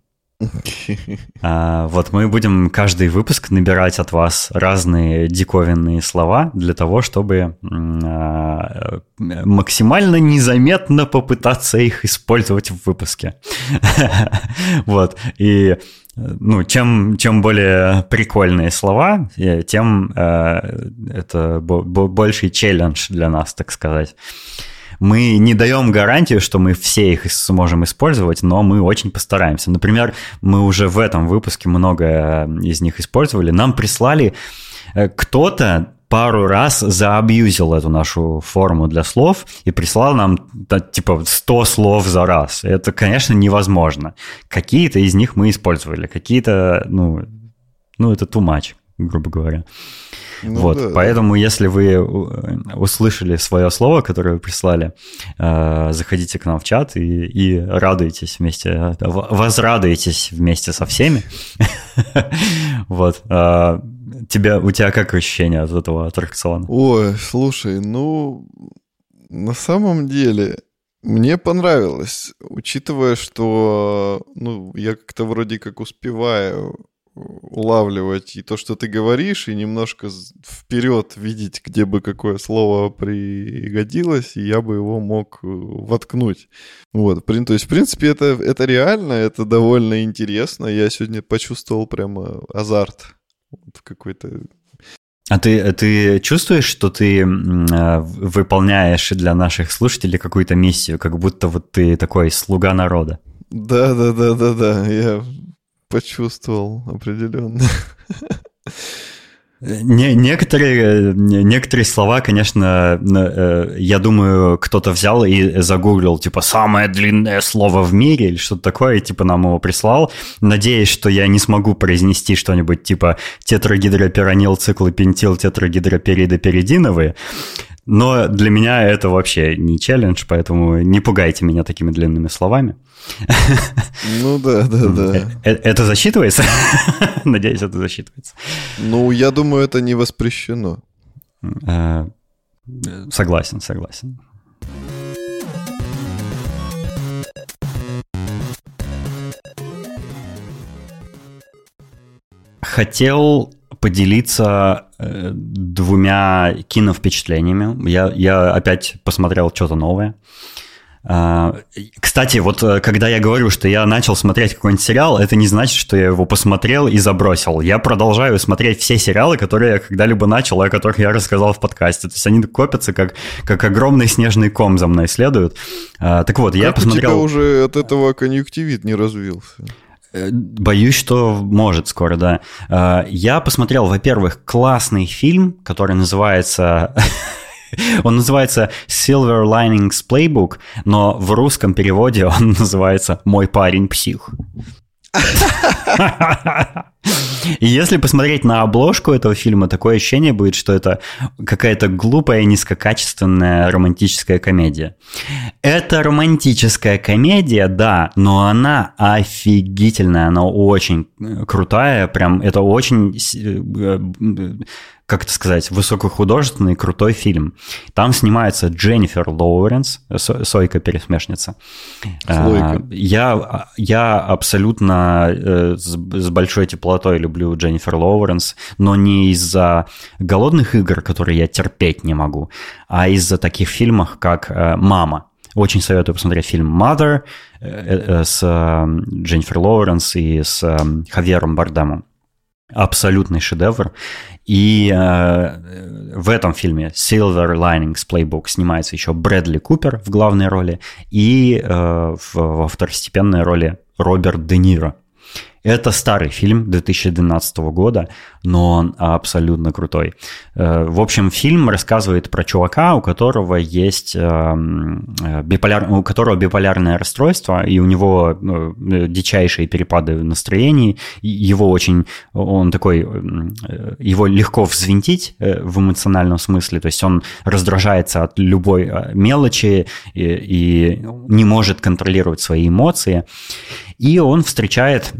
А, вот мы будем каждый выпуск набирать от вас разные диковинные слова для того, чтобы а, максимально незаметно попытаться их использовать в выпуске. Вот. И ну, чем, чем более прикольные слова, тем а, это больший челлендж для нас, так сказать. Мы не даем гарантию, что мы все их сможем использовать, но мы очень постараемся. Например, мы уже в этом выпуске много из них использовали. Нам прислали кто-то пару раз заабьюзил эту нашу форму для слов и прислал нам типа сто слов за раз. Это, конечно, невозможно. Какие-то из них мы использовали, какие-то, ну, ну это too much, грубо говоря. Ну, вот, да, поэтому, да. Если вы услышали свое слово, которое вы прислали, заходите к нам в чат и, и радуйтесь вместе, возрадуйтесь вместе со всеми. Вот. Тебя, у тебя как ощущение от этого аттракциона? Ой, слушай, ну, на самом деле, мне понравилось, учитывая, что, ну, я как-то вроде как успеваю улавливать и то, что ты говоришь, и немножко вперед видеть, где бы какое слово пригодилось, и я бы его мог воткнуть. Вот, то есть, в принципе, это, это реально, это довольно интересно. Я сегодня почувствовал прямо азарт какой-то. А ты, ты чувствуешь, что ты выполняешь для наших слушателей какую-то миссию, как будто вот ты такой слуга народа? Да-да-да-да-да, я... почувствовал определенно. Не, некоторые, некоторые слова, конечно, я думаю, кто-то взял и загуглил, типа, самое длинное слово в мире или что-то такое, и, типа, нам его прислал, надеясь, что я не смогу произнести что-нибудь типа тетрагидропропиронил, циклопентил, тетрагидроперидоперидиновые. Но для меня это вообще не челлендж, поэтому не пугайте меня такими длинными словами. Ну да, да, да. Это засчитывается? Надеюсь, это засчитывается. Ну, я думаю, это не воспрещено. Согласен, согласен. Хотел поделиться э, двумя киновпечатлениями. Я, я опять посмотрел что-то новое. Э, кстати, вот когда я говорю, что я начал смотреть какой-нибудь сериал, это не значит, что я его посмотрел и забросил. Я продолжаю смотреть все сериалы, которые я когда-либо начал, о которых я рассказал в подкасте. То есть они копятся, как, как огромный снежный ком за мной следуют. Э, так вот, как я посмотрел... у тебя уже от этого конъюнктивит не развился? Боюсь, что может скоро, да. Я посмотрел, во-первых, классный фильм, который называется... Он называется Silver Linings Playbook, но в русском переводе он называется «Мой парень псих». И если посмотреть на обложку этого фильма, такое ощущение будет, что это какая-то глупая, низкокачественная романтическая комедия. Это романтическая комедия, да, но она офигительная, она очень крутая, прям это очень, как это сказать, высокохудожественный, крутой фильм. Там снимается Дженнифер Лоуренс, Сойка-пересмешница. Слойка. Я, я абсолютно с, с большой теплотой люблю Дженнифер Лоуренс, но не из-за «Голодных игр», которые я терпеть не могу, а из-за таких фильмов, как «Мама». Очень советую посмотреть фильм «Mother» с Дженнифер Лоуренс и с Хавьером Бардемом. Абсолютный шедевр. И э, в этом фильме Silver Linings Playbook снимается еще Брэдли Купер в главной роли и э, в, во второстепенной роли Роберт Де Ниро. Это старый фильм две тысячи двенадцатого года, но он абсолютно крутой. В общем, фильм рассказывает про чувака, у которого есть биполяр... у которого биполярное расстройство, и у него дичайшие перепады настроений. Его очень, он такой, его легко взвинтить в эмоциональном смысле, то есть он раздражается от любой мелочи и, и не может контролировать свои эмоции. И он встречает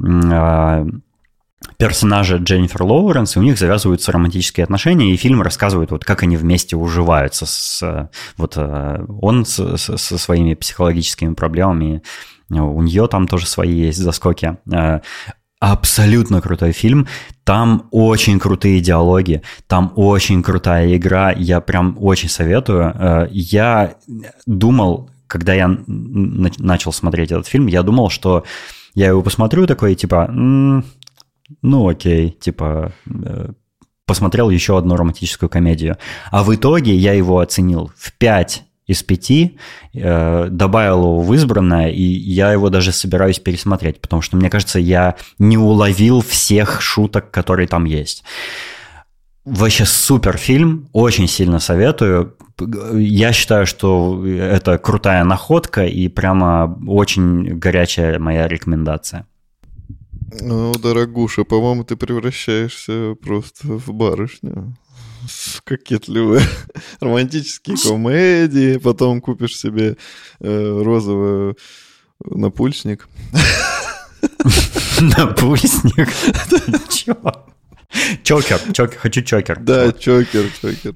персонажа Дженнифер Лоуренс, и у них завязываются романтические отношения, и фильм рассказывает, вот, как они вместе уживаются. С, вот, он с, с, со своими психологическими проблемами, у нее там тоже свои есть заскоки. Абсолютно крутой фильм. Там очень крутые диалоги, там очень крутая игра, я прям очень советую. Я думал, когда я начал смотреть этот фильм, я думал, что я его посмотрю такой, типа, м-м, ну окей, типа, э, посмотрел еще одну романтическую комедию. А в итоге я его оценил в пять из пяти, э, добавил его в избранное, и я его даже собираюсь пересмотреть, потому что, мне кажется, я не уловил всех шуток, которые там есть. Вообще супер фильм, очень сильно советую. Я считаю, что это крутая находка и прямо очень горячая моя рекомендация. Ну, дорогуша, по-моему, ты превращаешься просто в барышню. Кокетливые романтические комедии, потом купишь себе э, розовый напульсник. Напульсник? Чего? Чокер, чокер, хочу чокер. Да, чокер, чокер.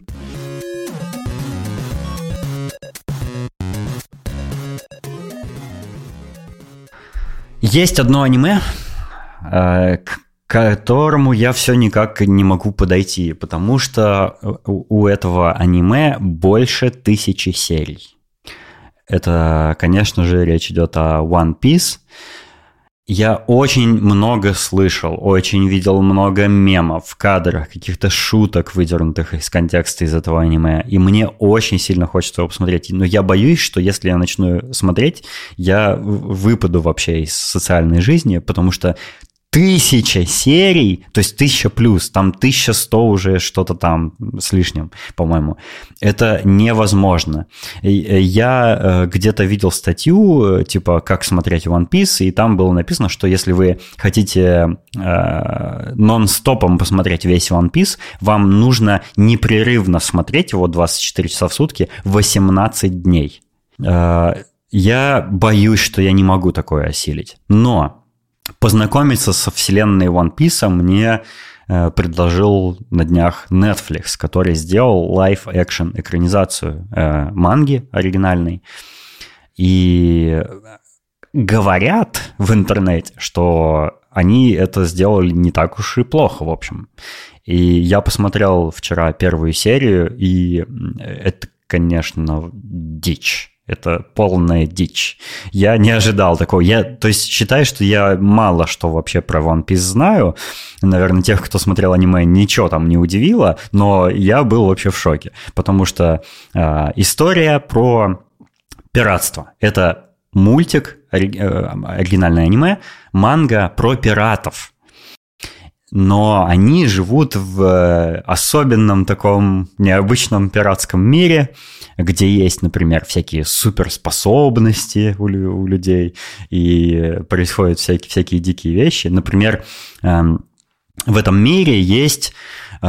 Есть одно аниме, к которому я все никак не могу подойти, потому что у этого аниме больше тысячи серий. Это, конечно же, речь идет о One Piece. Я очень много слышал, очень видел много мемов, кадров, каких-то шуток, выдернутых из контекста из этого аниме, и мне очень сильно хочется его посмотреть. Но я боюсь, что если я начну смотреть, я выпаду вообще из социальной жизни, потому что тысяча серий, то есть тысяча плюс, там тысяча сто уже что-то там с лишним, по-моему. Это невозможно. Я где-то видел статью, типа, как смотреть One Piece, и там было написано, что если вы хотите э, нон-стопом посмотреть весь One Piece, вам нужно непрерывно смотреть его двадцать четыре часа в сутки восемнадцать дней. Э, я боюсь, что я не могу такое осилить. Но познакомиться со вселенной One Piece мне э, предложил на днях Netflix, который сделал лайв-экшн экранизацию э, манги оригинальной. И говорят в интернете, что они это сделали не так уж и плохо, в общем. И я посмотрел вчера первую серию, и это, конечно, дичь. Это полная дичь. Я не ожидал такого. Я, то есть, считаю, что я мало что вообще про One Piece знаю. Наверное, тех, кто смотрел аниме, ничего там не удивило, но я был вообще в шоке. Потому что э, история про пиратство. Это мультик оригинальное аниме, манга про пиратов. Но они живут в особенном таком необычном пиратском мире, где есть, например, всякие суперспособности у, у людей, и происходят всякие, всякие дикие вещи. Например, эм, в этом мире есть э,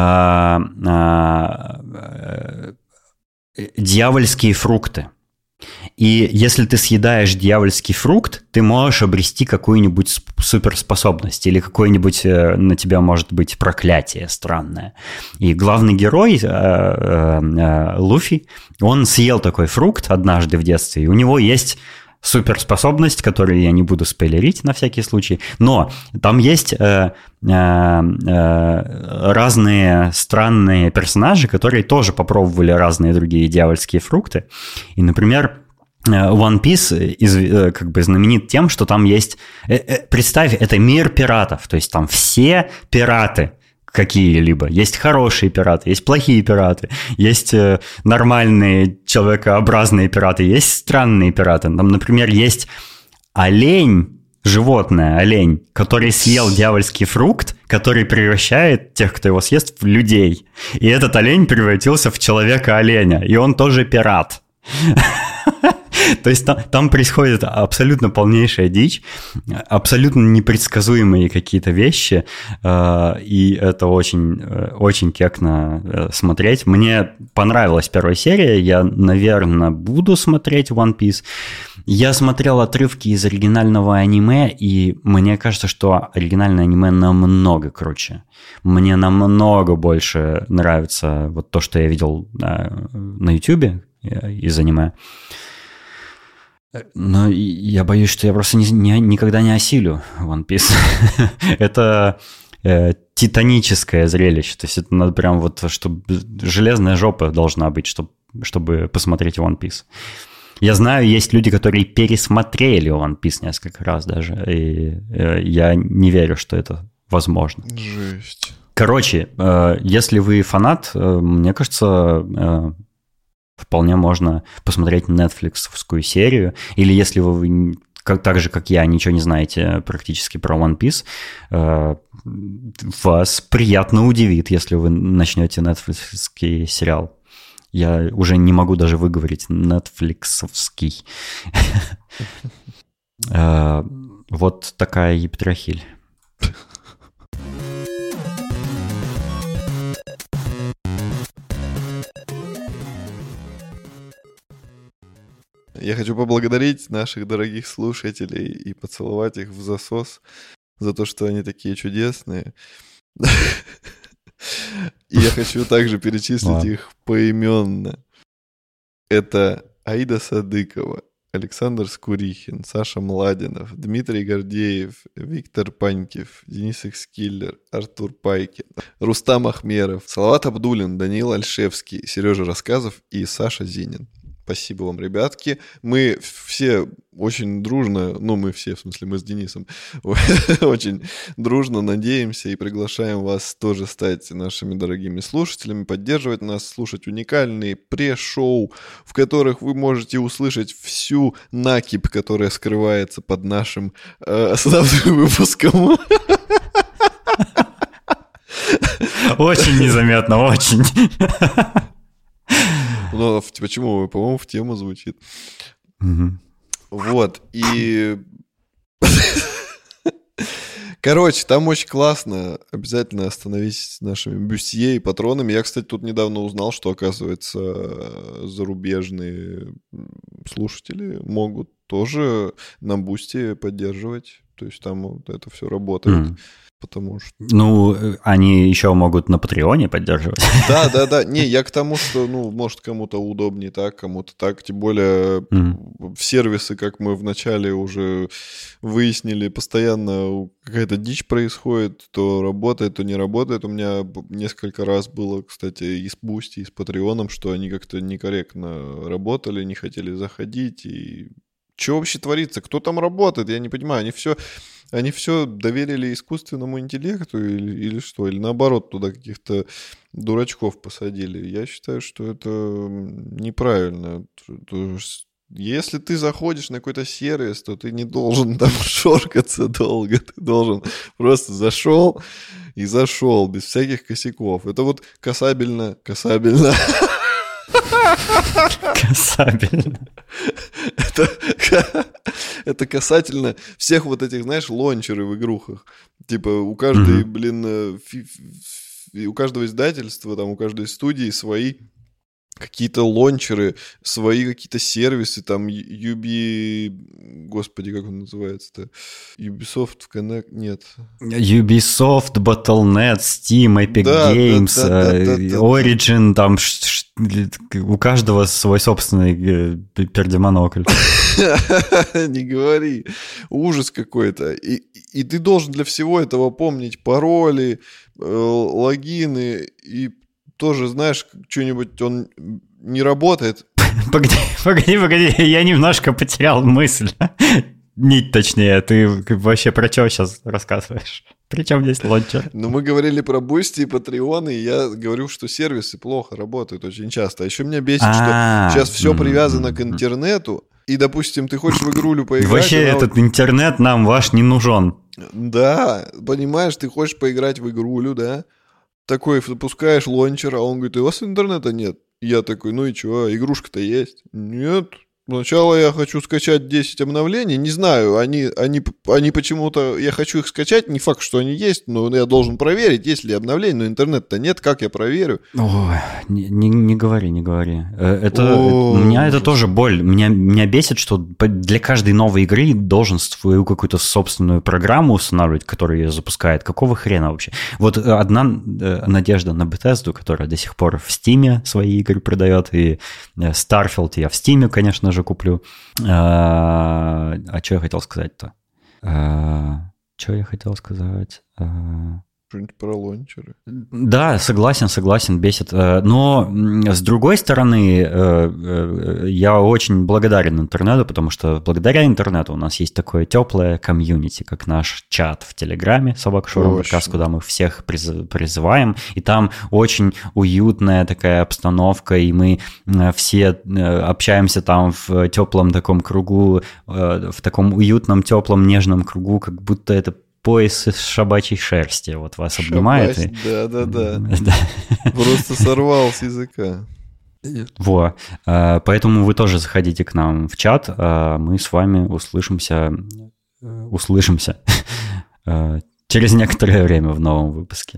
э, э, дьявольские фрукты. И если ты съедаешь дьявольский фрукт, ты можешь обрести какую-нибудь суперспособность или какое-нибудь на тебя может быть проклятие странное. И главный герой, э, э, Луфи, он съел такой фрукт однажды в детстве, и у него есть суперспособность, которую я не буду спойлерить на всякий случай, но там есть э, э, э, разные странные персонажи, которые тоже попробовали разные другие дьявольские фрукты. И, например, One Piece из, как бы знаменит тем, что там есть... Представь, это мир пиратов, то есть там все пираты какие-либо. Есть хорошие пираты, есть плохие пираты, есть э, нормальные человекообразные пираты, есть странные пираты. Там, например, есть олень, животное, олень, который съел дьявольский фрукт, который превращает тех, кто его съест, в людей. И этот олень превратился в человека-оленя, и он тоже пират. То есть там, там происходит абсолютно полнейшая дичь, абсолютно непредсказуемые какие-то вещи, э, и это очень, очень кекно смотреть. Мне понравилась первая серия, я, наверное, буду смотреть One Piece. Я смотрел отрывки из оригинального аниме, и мне кажется, что оригинальное аниме намного круче. Мне намного больше нравится вот то, что я видел на, на YouTube из аниме. Но я боюсь, что я просто не, не, никогда не осилю One Piece. Это э, титаническое зрелище. То есть это надо прям вот, чтобы железная жопа должна быть, чтобы, чтобы посмотреть One Piece. Я знаю, есть люди, которые пересмотрели One Piece несколько раз даже, и э, я не верю, что это возможно. Жесть. Короче, э, если вы фанат, э, мне кажется... Э, вполне можно посмотреть Netflix-овскую серию. Или если вы, как, так же, как я, ничего не знаете практически про One Piece, э, вас приятно удивит, если вы начнете Netflix-овский сериал. Я уже не могу даже выговорить Netflix-овский. Вот такая епитрахиль. Я хочу поблагодарить наших дорогих слушателей и поцеловать их в засос за то, что они такие чудесные. И я хочу также перечислить их поименно. Это Аида Садыкова, Александр Скурихин, Саша Младинов, Дмитрий Гордеев, Виктор Панькев, Денис Экскиллер, Артур Пайкин, Рустам Ахмеров, Салават Абдулин, Даниил Альшевский, Сережа Рассказов и Саша Зинин. Спасибо вам, ребятки. Мы все очень дружно, ну, мы все, в смысле, мы с Денисом, очень дружно надеемся и приглашаем вас тоже стать нашими дорогими слушателями, поддерживать нас, слушать уникальные пре-шоу, в которых вы можете услышать всю накипь, которая скрывается под нашим э, основным выпуском. Очень незаметно, очень. Ну, почему? По-моему, в тему звучит. Угу. Вот, и... Короче, там очень классно. Обязательно остановись с нашими бюстье и патронами. Я, кстати, тут недавно узнал, что, оказывается, зарубежные слушатели могут тоже на бусте поддерживать. То есть там вот это все работает. Mm. Потому что... Ну, они еще могут на Патреоне поддерживать. Да, да, да. Не, я к тому, что, ну, может, кому-то удобнее так, кому-то так. Тем более mm. в сервисы, как мы вначале уже выяснили, постоянно какая-то дичь происходит. То работает, то не работает. У меня несколько раз было, кстати, и с Бусти, и с Патреоном, что они как-то некорректно работали, не хотели заходить. И что вообще творится? Кто там работает? Я не понимаю. Они все... Они все доверили искусственному интеллекту или, или что? Или наоборот, туда каких-то дурачков посадили? Я считаю, что это неправильно. Если ты заходишь на какой-то сервис, то ты не должен там шоркаться долго. Ты должен просто зашел и зашел без всяких косяков. Это вот касабельно, касабельно. Касабельно. Это, это касательно всех вот этих, знаешь, лончеры в игрухах. Типа у каждой, mm-hmm. блин, фи, фи, у каждого издательства, там, у каждой студии свои какие-то лончеры, свои какие-то сервисы, там, Ubi... Господи, как он называется-то? Ubisoft Connect... Нет. Ubisoft, battle точка нет, Steam, Epic да, Games, да, да, да, да, да, Origin, да. Там ш- ш- у каждого свой собственный пердемонокль. Не говори. Ужас какой-то. И, и ты должен для всего этого помнить пароли, логины и... тоже, знаешь, что-нибудь он не работает. Погоди, погоди, погоди, я немножко потерял мысль. Нить, точнее, ты вообще про что сейчас рассказываешь? При чем здесь лончер? Ну, мы говорили про Boosty и Patreon, и я говорю, что сервисы плохо работают очень часто. А еще меня бесит, что сейчас все привязано к интернету, и, допустим, ты хочешь в игрулю поиграть... Вообще этот интернет нам ваш не нужен. Да, понимаешь, ты хочешь поиграть в игрулю, да? Такой, запускаешь лончер, а он говорит, у вас интернета нет. Я такой, ну и чё, игрушка-то есть? Нет. Сначала я хочу скачать десять обновлений, не знаю, они, они, они почему-то, я хочу их скачать, не факт, что они есть, но я должен проверить, есть ли обновление, но интернета нет, как я проверю? Ой, не, не, не говори, не говори. Это, О, у меня это тоже боль, меня, меня бесит, что для каждой новой игры должен свою какую-то собственную программу устанавливать, которая ее запускает. Какого хрена вообще? Вот одна надежда на Bethesda, которая до сих пор в Steam свои игры продает, и Starfield я в Steam, конечно же, куплю. А, а что я хотел сказать-то? А, что я хотел сказать? А... Что-нибудь про лончеры. Да, согласен, согласен, бесит. Но, с другой стороны, я очень благодарен интернету, потому что благодаря интернету у нас есть такое теплое комьюнити, как наш чат в Телеграме, собака Шурум подкаст, куда мы всех призываем. И там очень уютная такая обстановка, и мы все общаемся там в теплом таком кругу, в таком уютном, теплом, нежном кругу, как будто это пояс из шабачьей шерсти вот вас обнимает. Шабач, и... да-да-да. Просто сорвал с языка. Во. Поэтому вы тоже заходите к нам в чат. Мы с вами услышимся, услышимся через некоторое время в новом выпуске.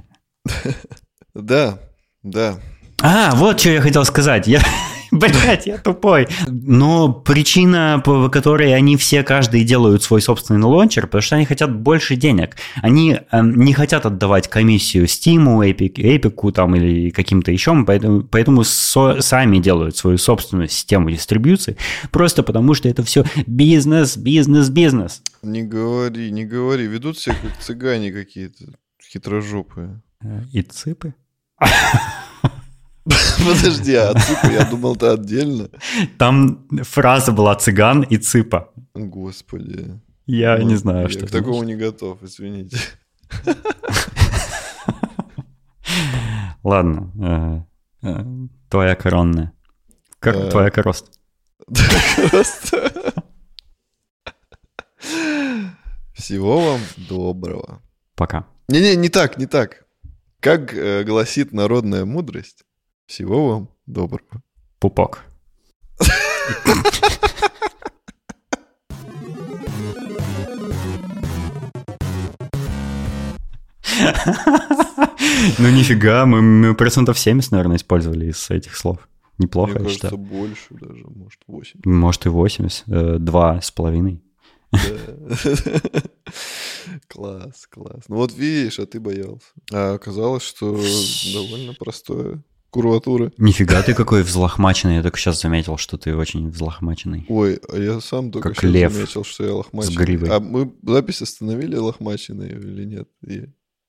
Да, да. А, вот что я хотел сказать. Я... Блять, я тупой. Но причина, по которой они все, каждый делают свой собственный лончер, потому что они хотят больше денег. Они э, не хотят отдавать комиссию Steam, Epic, Epic там, или каким-то еще, поэтому, поэтому со, сами делают свою собственную систему дистрибьюции, просто потому что это все бизнес, бизнес, бизнес. Не говори, не говори. Ведут себя как цыгане какие-то хитрожопые. И цыпы? Подожди, а цыпа, я думал, это отдельно. Там фраза была «цыган» и «цыпа». Господи. Я ну, не знаю, я что к такому значит. Не готов, извините. Ладно. Твоя коронная. Как твоя короста? Короста. Всего вам доброго. Пока. Не-не, не так, не так. Как гласит народная мудрость, всего вам доброго. Пупок. Ну нифига, мы, мы процентов семьдесят, наверное, использовали из этих слов. Неплохо, Мне я кажется, считаю. больше даже, может, восемь. Может и восемьдесят, два с половиной. Класс, класс. Ну вот видишь, а ты боялся. А оказалось, что довольно простое. Курватура. Нифига ты какой взлохмаченный. Я только сейчас заметил, что ты очень взлохмаченный. Ой, а я сам только как сейчас лев заметил, что я лохмаченный. с гривой. А мы запись остановили лохмаченные или нет? И...